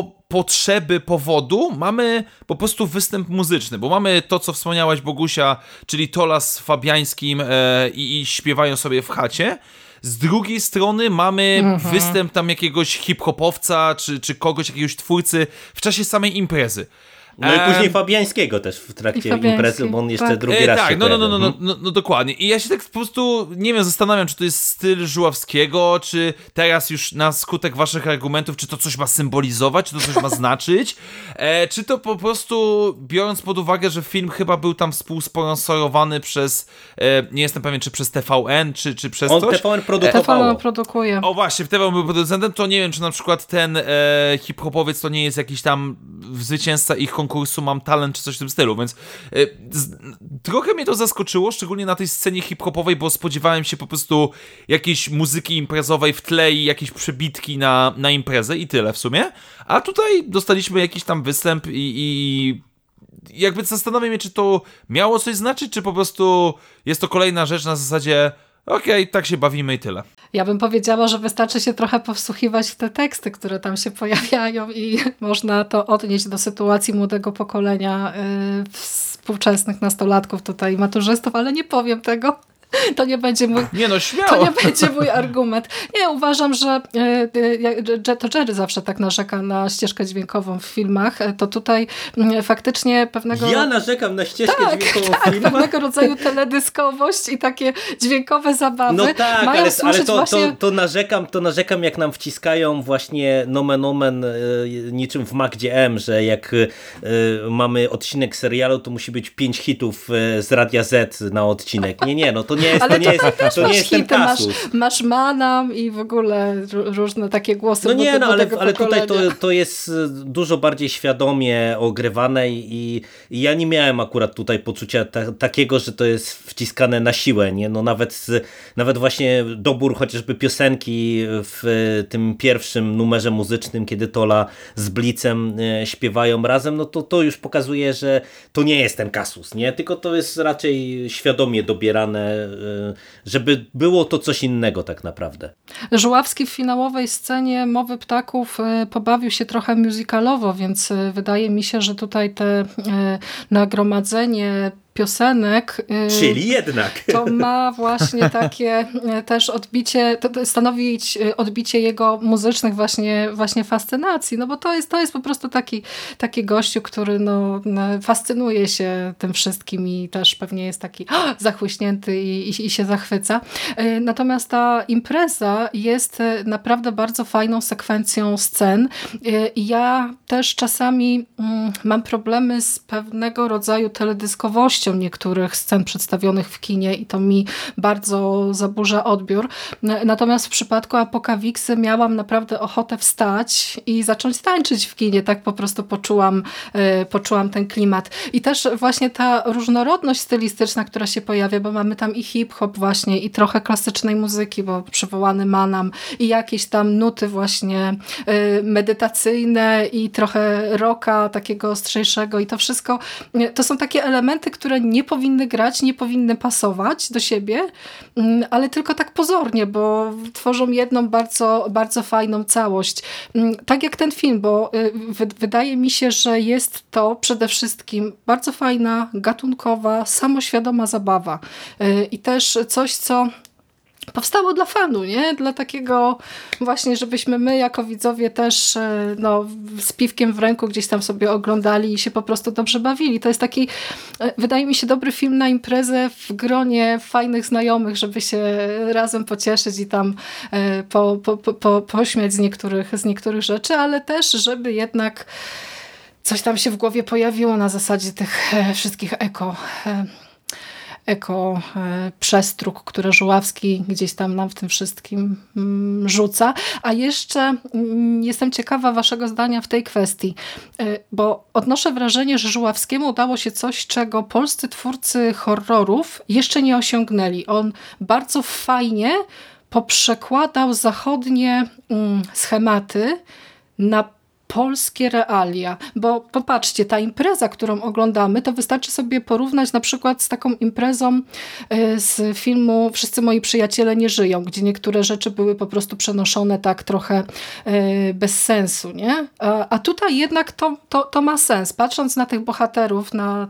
Speaker 5: powodu mamy po prostu występ muzyczny, bo mamy to, co wspomniałaś, Bogusia, czyli Tola z Fabiańskim i śpiewają sobie w chacie. Z drugiej strony mamy występ tam jakiegoś hip-hopowca, czy kogoś, jakiegoś twórcy w czasie samej imprezy.
Speaker 3: No i później Fabiańskiego też w trakcie imprezy, bo on jeszcze drugi raz się
Speaker 5: no dokładnie. I ja się tak po prostu, nie wiem, zastanawiam, czy to jest styl Żuławskiego, czy teraz już na skutek waszych argumentów, czy to coś ma symbolizować, czy to coś ma znaczyć, czy to po prostu, biorąc pod uwagę, że film chyba był tam współsponsorowany przez, nie jestem pewien, czy przez TVN, czy przez coś.
Speaker 3: TVN produkowało.
Speaker 4: TVN produkuje.
Speaker 5: O właśnie, TVN był producentem, to nie wiem, czy na przykład ten hip-hopowiec to nie jest jakiś tam zwycięzca ich konkursu Mam Talent, czy coś w tym stylu, więc trochę mnie to zaskoczyło, szczególnie na tej scenie hip-hopowej, bo spodziewałem się po prostu jakiejś muzyki imprezowej w tle i jakieś przebitki na imprezę i tyle w sumie, a tutaj dostaliśmy jakiś tam występ i jakby zastanawiam się, czy to miało coś znaczyć, czy po prostu jest to kolejna rzecz na zasadzie okej, tak się bawimy i tyle.
Speaker 4: Ja bym powiedziała, że wystarczy się trochę powsłuchiwać w te teksty, które tam się pojawiają i można to odnieść do sytuacji młodego pokolenia współczesnych nastolatków tutaj, maturzystów, ale nie powiem tego. To nie będzie mój,
Speaker 5: śmiało.
Speaker 4: To nie będzie mój argument. Nie, uważam, że to Jerry zawsze tak narzeka na ścieżkę dźwiękową w filmach. To tutaj faktycznie pewnego...
Speaker 3: Ja narzekam na ścieżkę dźwiękową w filmach?
Speaker 4: pewnego rodzaju teledyskowość i takie dźwiękowe zabawy.
Speaker 3: No tak,
Speaker 4: mają
Speaker 3: ale
Speaker 4: właśnie...
Speaker 3: to narzekam, jak nam wciskają właśnie nomen omen niczym w Magdzie M, że jak mamy odcinek serialu, to musi być 5 hitów z Radia Z na odcinek. Nie, no to nie jest ten kasus.
Speaker 4: Masz Manam i w ogóle różne takie głosy.
Speaker 3: No nie, ale tutaj to jest dużo bardziej świadomie ogrywane i ja nie miałem akurat tutaj poczucia takiego, że to jest wciskane na siłę, nie? No nawet właśnie dobór chociażby piosenki w tym pierwszym numerze muzycznym, kiedy Tola z Blitzem śpiewają razem, no to już pokazuje, że to nie jest ten kasus, nie? Tylko to jest raczej świadomie dobierane, żeby było to coś innego tak naprawdę.
Speaker 4: Żuławski w finałowej scenie Mowy Ptaków pobawił się trochę musicalowo, więc wydaje mi się, że tutaj te nagromadzenie piosenek.
Speaker 3: Czyli jednak.
Speaker 4: To ma właśnie takie też odbicie, to stanowi odbicie jego muzycznych właśnie fascynacji, no bo to jest po prostu taki gościu, który fascynuje się tym wszystkim i też pewnie jest taki zachłyśnięty i się zachwyca. Natomiast ta impreza jest naprawdę bardzo fajną sekwencją scen i ja też czasami mam problemy z pewnego rodzaju teledyskowością niektórych scen przedstawionych w kinie i to mi bardzo zaburza odbiór. Natomiast w przypadku Apokawiksy miałam naprawdę ochotę wstać i zacząć tańczyć w kinie. Tak po prostu poczułam ten klimat. I też właśnie ta różnorodność stylistyczna, która się pojawia, bo mamy tam i hip-hop właśnie, i trochę klasycznej muzyki, bo przywołany Manam, i jakieś tam nuty właśnie medytacyjne i trochę rocka takiego ostrzejszego i to wszystko, to są takie elementy, które nie powinny grać, nie powinny pasować do siebie, ale tylko tak pozornie, bo tworzą jedną bardzo, bardzo fajną całość. Tak jak ten film, bo wydaje mi się, że jest to przede wszystkim bardzo fajna, gatunkowa, samoświadoma zabawa. I też coś, co powstało dla fanu, nie? Dla takiego właśnie, żebyśmy my jako widzowie też z piwkiem w ręku gdzieś tam sobie oglądali i się po prostu dobrze bawili. To jest taki, wydaje mi się, dobry film na imprezę w gronie fajnych znajomych, żeby się razem pocieszyć i tam pośmiać z niektórych rzeczy, ale też, żeby jednak przestróg, które Żuławski gdzieś tam nam w tym wszystkim rzuca. A jeszcze jestem ciekawa waszego zdania w tej kwestii, bo odnoszę wrażenie, że Żuławskiemu udało się coś, czego polscy twórcy horrorów jeszcze nie osiągnęli. On bardzo fajnie poprzekładał zachodnie schematy na polskie realia, bo popatrzcie, ta impreza, którą oglądamy, to wystarczy sobie porównać na przykład z taką imprezą z filmu Wszyscy moi przyjaciele nie żyją, gdzie niektóre rzeczy były po prostu przenoszone tak trochę bez sensu, nie? A tutaj jednak to ma sens. Patrząc na tych bohaterów, na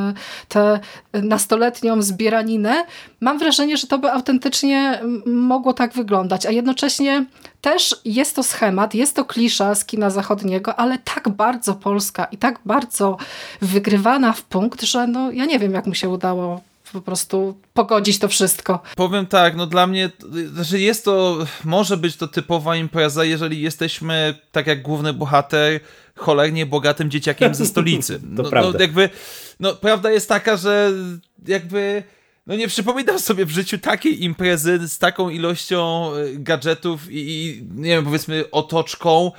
Speaker 4: tę nastoletnią zbieraninę, mam wrażenie, że to by autentycznie mogło tak wyglądać, a jednocześnie też jest to schemat, jest to klisza z kina zachodniego, ale tak bardzo polska i tak bardzo wygrywana w punkt, że no ja nie wiem, jak mu się udało po prostu pogodzić to wszystko.
Speaker 5: Powiem tak, no dla mnie, że jest to, może być to typowa impreza, jeżeli jesteśmy, tak jak główny bohater, cholernie bogatym dzieciakiem ze stolicy.
Speaker 3: To prawda.
Speaker 5: Prawda jest taka, że jakby... No nie przypominam sobie w życiu takiej imprezy z taką ilością gadżetów i nie wiem, powiedzmy otoczką,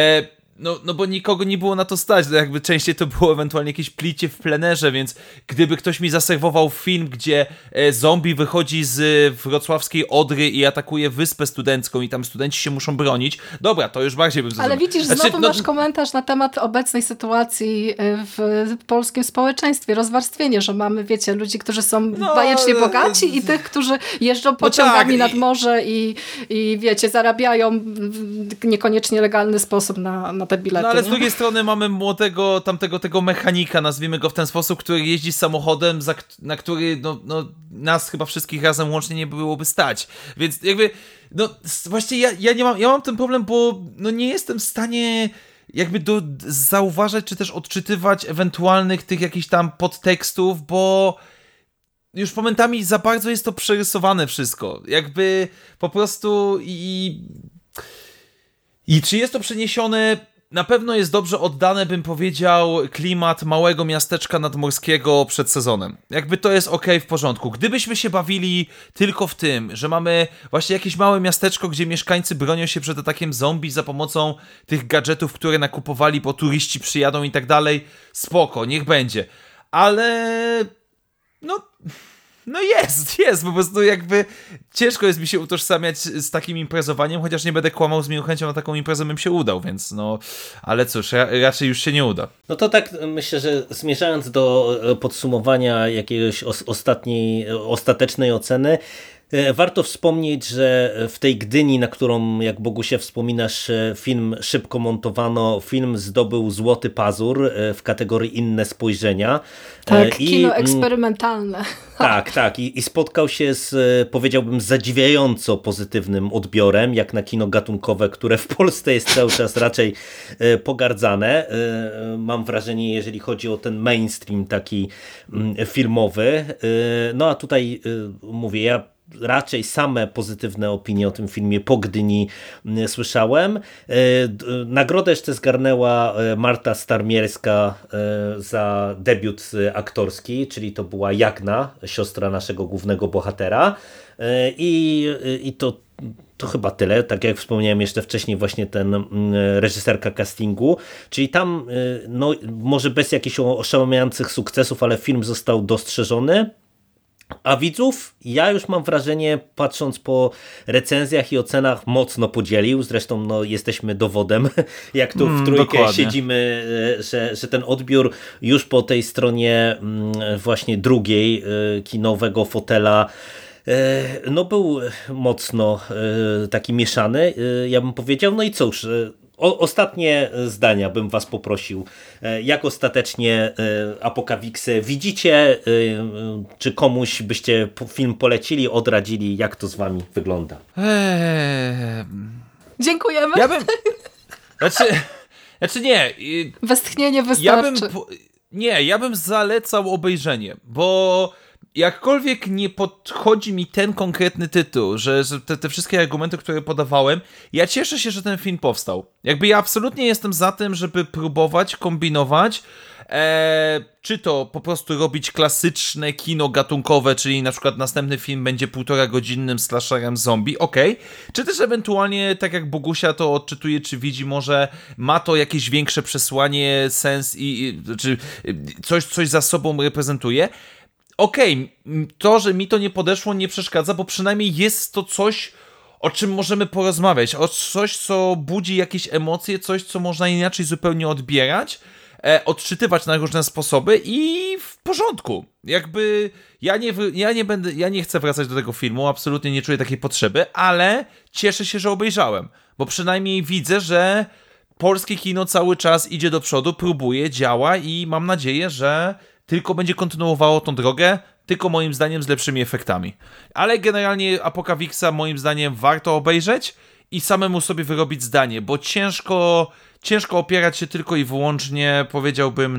Speaker 5: no bo nikogo nie było na to stać, jakby częściej to było ewentualnie jakieś plicie w plenerze, więc gdyby ktoś mi zaserwował film, gdzie zombie wychodzi z wrocławskiej Odry i atakuje wyspę studencką i tam studenci się muszą bronić, dobra, to już bardziej bym zrozumiał.
Speaker 4: Ale widzisz, znowu masz komentarz na temat obecnej sytuacji w polskim społeczeństwie, rozwarstwienie, że mamy, wiecie, ludzi, którzy są bajecznie bogaci i tych, którzy jeżdżą pociągami nad morze i wiecie, zarabiają w niekoniecznie legalny sposób na te bilety.
Speaker 5: No ale
Speaker 4: nie?
Speaker 5: z drugiej strony mamy młodego tego mechanika, nazwijmy go w ten sposób, który jeździ samochodem, na który nas chyba wszystkich razem łącznie nie byłoby stać. Więc jakby, właściwie ja mam ten problem, bo nie jestem w stanie jakby zauważać, czy też odczytywać ewentualnych tych jakichś tam podtekstów, bo już momentami za bardzo jest to przerysowane wszystko. Jakby po prostu i czy jest to przeniesione? Na pewno jest dobrze oddane, bym powiedział, klimat małego miasteczka nadmorskiego przed sezonem. Jakby to jest okej, w porządku. Gdybyśmy się bawili tylko w tym, że mamy właśnie jakieś małe miasteczko, gdzie mieszkańcy bronią się przed atakiem zombie za pomocą tych gadżetów, które nakupowali, bo turyści przyjadą i tak dalej, spoko, niech będzie. Ale jest, po prostu jakby ciężko jest mi się utożsamiać z takim imprezowaniem, chociaż nie będę kłamał, z miłą chęcią na taką imprezę bym się udał, więc ale cóż, raczej już się nie uda.
Speaker 3: No to tak myślę, że zmierzając do podsumowania jakiejś ostatecznej oceny, warto wspomnieć, że w tej Gdyni, na którą, jak Bogusie wspominasz, film szybko montowano, film zdobył Złoty Pazur w kategorii Inne spojrzenia.
Speaker 4: Tak, kino eksperymentalne.
Speaker 3: Tak. I spotkał się z, powiedziałbym, zadziwiająco pozytywnym odbiorem, jak na kino gatunkowe, które w Polsce jest cały czas raczej pogardzane. Mam wrażenie, jeżeli chodzi o ten mainstream taki filmowy. No a tutaj mówię, ja raczej same pozytywne opinie o tym filmie po Gdyni słyszałem. Nagrodę jeszcze zgarnęła Marta Starmierska za debiut aktorski, czyli to była Jagna, siostra naszego głównego bohatera. I to chyba tyle, tak jak wspomniałem jeszcze wcześniej, właśnie ten reżyserka castingu, czyli tam może bez jakichś oszałamiających sukcesów, ale film został dostrzeżony. A widzów, ja już mam wrażenie, patrząc po recenzjach i ocenach, mocno podzielił. Zresztą jesteśmy dowodem, jak tu w trójkę
Speaker 5: dokładnie
Speaker 3: siedzimy, że ten odbiór już po tej stronie właśnie drugiej kinowego fotela był mocno taki mieszany, ja bym powiedział. No i cóż, ostatnie zdania bym was poprosił. Jak ostatecznie Apokawiksę widzicie? Czy komuś byście film polecili, odradzili? Jak to z wami wygląda?
Speaker 4: Dziękujemy.
Speaker 5: Ja bym... Znaczy nie.
Speaker 4: Westchnienie wystarczy.
Speaker 5: Ja bym zalecał obejrzenie, bo jakkolwiek nie podchodzi mi ten konkretny tytuł, że te wszystkie argumenty, które podawałem, ja cieszę się, że ten film powstał. Jakby ja absolutnie jestem za tym, żeby próbować, kombinować czy to po prostu robić klasyczne kino gatunkowe, czyli na przykład następny film będzie 1,5-godzinnym slasherem zombie, okej. Czy też ewentualnie, tak jak Bogusia to odczytuje, czy widzi, może ma to jakieś większe przesłanie, sens czy coś za sobą reprezentuje. Okej, to, że mi to nie podeszło, nie przeszkadza, bo przynajmniej jest to coś, o czym możemy porozmawiać, o coś, co budzi jakieś emocje, coś, co można inaczej zupełnie odbierać, odczytywać na różne sposoby i w porządku. Jakby ja nie chcę wracać do tego filmu, absolutnie nie czuję takiej potrzeby, ale cieszę się, że obejrzałem, bo przynajmniej widzę, że polskie kino cały czas idzie do przodu, próbuje, działa i mam nadzieję, że tylko będzie kontynuowało tą drogę, tylko moim zdaniem z lepszymi efektami. Ale generalnie Apocalypse'a moim zdaniem warto obejrzeć i samemu sobie wyrobić zdanie, bo ciężko opierać się tylko i wyłącznie, powiedziałbym,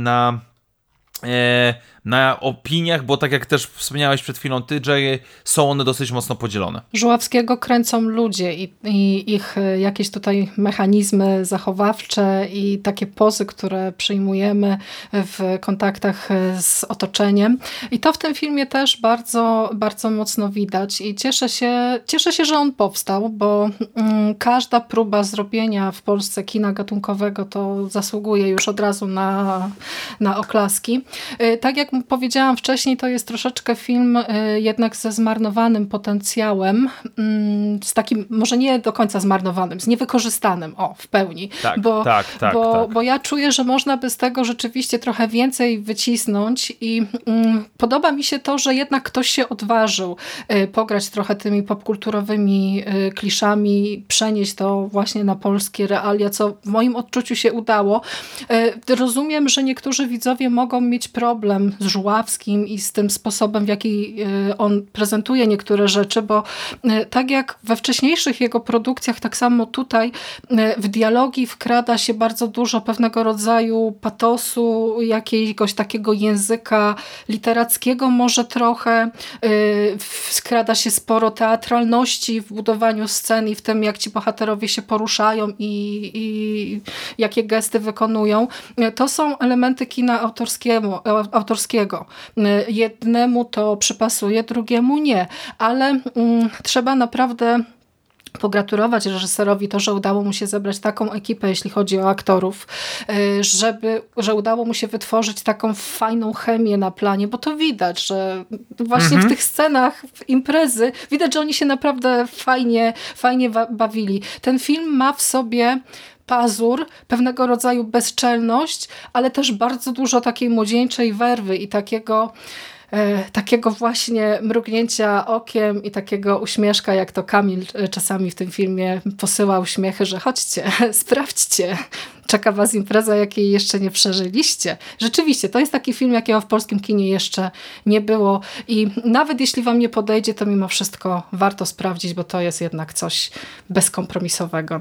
Speaker 5: na opiniach, bo tak jak też wspomniałeś przed chwilą ty, Jerry, są one dosyć mocno podzielone.
Speaker 4: Żuławskiego kręcą ludzie i ich jakieś tutaj mechanizmy zachowawcze i takie pozy, które przyjmujemy w kontaktach z otoczeniem. I to w tym filmie też bardzo, bardzo mocno widać i cieszę się, że on powstał, bo każda próba zrobienia w Polsce kina gatunkowego to zasługuje już od razu na oklaski. Tak jak powiedziałam wcześniej, to jest troszeczkę film jednak ze zmarnowanym potencjałem, z takim, może nie do końca zmarnowanym, z niewykorzystanym, w pełni.
Speaker 5: Tak,
Speaker 4: bo ja czuję, że można by z tego rzeczywiście trochę więcej wycisnąć i podoba mi się to, że jednak ktoś się odważył pograć trochę tymi popkulturowymi kliszami, przenieść to właśnie na polskie realia, co w moim odczuciu się udało. Rozumiem, że niektórzy widzowie mogą mieć problem z Żuławskim i z tym sposobem, w jaki on prezentuje niektóre rzeczy, bo tak jak we wcześniejszych jego produkcjach, tak samo tutaj w dialogi wkrada się bardzo dużo pewnego rodzaju patosu, jakiegoś takiego języka literackiego może trochę. Wkrada się sporo teatralności w budowaniu scen i w tym, jak ci bohaterowie się poruszają i jakie gesty wykonują. To są elementy kina autorskiego. Jednemu to przypasuje, drugiemu nie. Ale trzeba naprawdę pogratulować reżyserowi to, że udało mu się zebrać taką ekipę, jeśli chodzi o aktorów, że udało mu się wytworzyć taką fajną chemię na planie, bo to widać, że właśnie w tych scenach w imprezy widać, że oni się naprawdę fajnie bawili. Ten film ma w sobie pazur, pewnego rodzaju bezczelność, ale też bardzo dużo takiej młodzieńczej werwy i takiego właśnie mrugnięcia okiem i takiego uśmieszka, jak to Kamil czasami w tym filmie posyła uśmiechy, że chodźcie, sprawdźcie, czeka was impreza, jakiej jeszcze nie przeżyliście. Rzeczywiście, to jest taki film, jakiego w polskim kinie jeszcze nie było i nawet jeśli wam nie podejdzie, to mimo wszystko warto sprawdzić, bo to jest jednak coś bezkompromisowego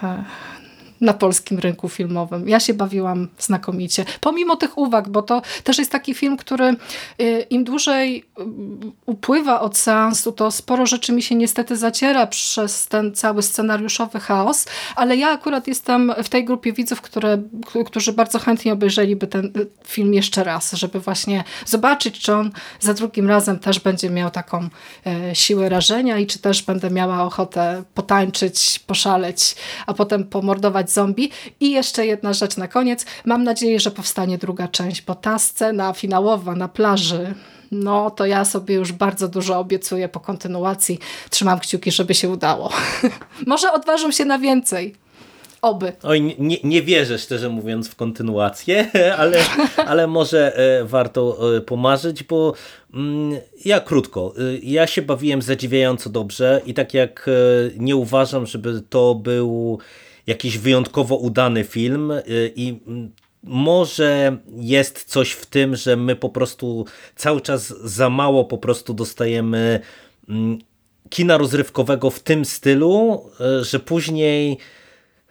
Speaker 4: na polskim rynku filmowym. Ja się bawiłam znakomicie. Pomimo tych uwag, bo to też jest taki film, który im dłużej upływa od seansu, to sporo rzeczy mi się niestety zaciera przez ten cały scenariuszowy chaos, ale ja akurat jestem w tej grupie widzów, którzy bardzo chętnie obejrzeliby ten film jeszcze raz, żeby właśnie zobaczyć, czy on za drugim razem też będzie miał taką siłę rażenia i czy też będę miała ochotę potańczyć, poszaleć, a potem pomordować zombie. I jeszcze jedna rzecz na koniec. Mam nadzieję, że powstanie druga część, bo ta scena finałowa na plaży, no to ja sobie już bardzo dużo obiecuję po kontynuacji. Trzymam kciuki, żeby się udało. Może odważą się na więcej. Oby.
Speaker 3: Oj, nie wierzę, szczerze mówiąc, w kontynuację, ale może warto pomarzyć, bo ja krótko. Ja się bawiłem zadziwiająco dobrze i tak jak nie uważam, żeby to był jakiś wyjątkowo udany film i może jest coś w tym, że my po prostu cały czas za mało po prostu dostajemy kina rozrywkowego w tym stylu, że później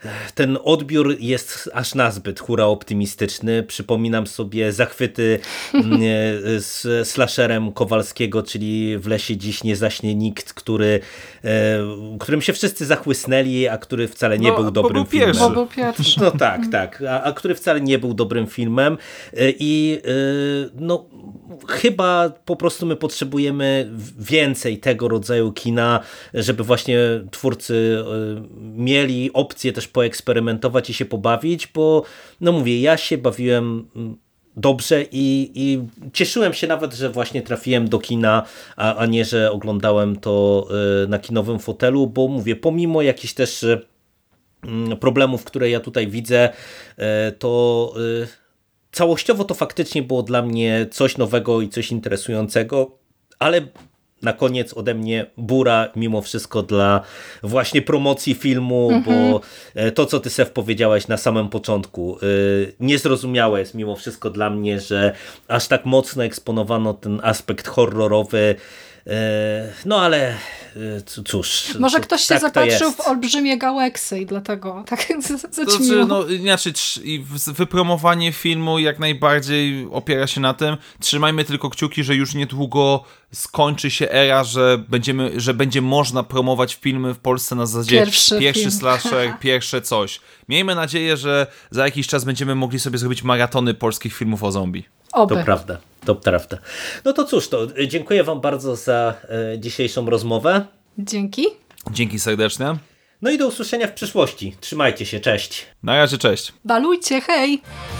Speaker 3: ten odbiór jest aż nazbyt hura optymistyczny. Przypominam sobie zachwyty z slasherem Kowalskiego, czyli W lesie dziś nie zaśnie nikt, którym się wszyscy zachłysnęli, a który wcale nie był dobrym filmem.
Speaker 4: Bo był pierwszy.
Speaker 3: No tak, a który wcale nie był dobrym filmem i no chyba po prostu my potrzebujemy więcej tego rodzaju kina, żeby właśnie twórcy mieli opcję też poeksperymentować i się pobawić, bo no mówię, ja się bawiłem dobrze i cieszyłem się nawet, że właśnie trafiłem do kina, a nie, że oglądałem to na kinowym fotelu, bo mówię, pomimo jakichś też problemów, które ja tutaj widzę, to całościowo to faktycznie było dla mnie coś nowego i coś interesującego, ale na koniec ode mnie bura mimo wszystko dla właśnie promocji filmu, bo to, co ty, Sef, powiedziałaś na samym początku, niezrozumiałe jest mimo wszystko dla mnie, że aż tak mocno eksponowano ten aspekt horrorowy. No ale cóż.
Speaker 4: Może ktoś się
Speaker 3: tak
Speaker 4: zapatrzył w olbrzymie gałeksy i dlatego tak
Speaker 5: To
Speaker 4: zaćmiło.
Speaker 5: znaczy, no inaczej, wypromowanie filmu jak najbardziej opiera się na tym. Trzymajmy tylko kciuki, że już niedługo skończy się era, że będzie można promować filmy w Polsce na zasadzie pierwszy slasher, pierwsze coś. Miejmy nadzieję, że za jakiś czas będziemy mogli sobie zrobić maratony polskich filmów o zombie.
Speaker 4: Oby.
Speaker 3: To prawda. No to cóż, to dziękuję wam bardzo za dzisiejszą rozmowę.
Speaker 4: Dzięki.
Speaker 5: Dzięki serdecznie.
Speaker 3: No i do usłyszenia w przyszłości. Trzymajcie się, cześć.
Speaker 5: Na razie, cześć.
Speaker 4: Balujcie, hej!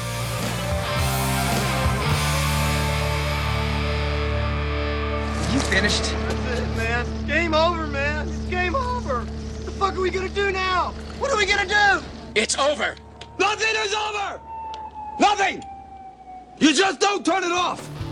Speaker 6: You finished?
Speaker 7: That's it, man. Game over, man. It's game over. What the fuck are we gonna do now? What are we gonna do?
Speaker 6: It's over.
Speaker 7: Nothing is over! Nothing! You just don't turn it off!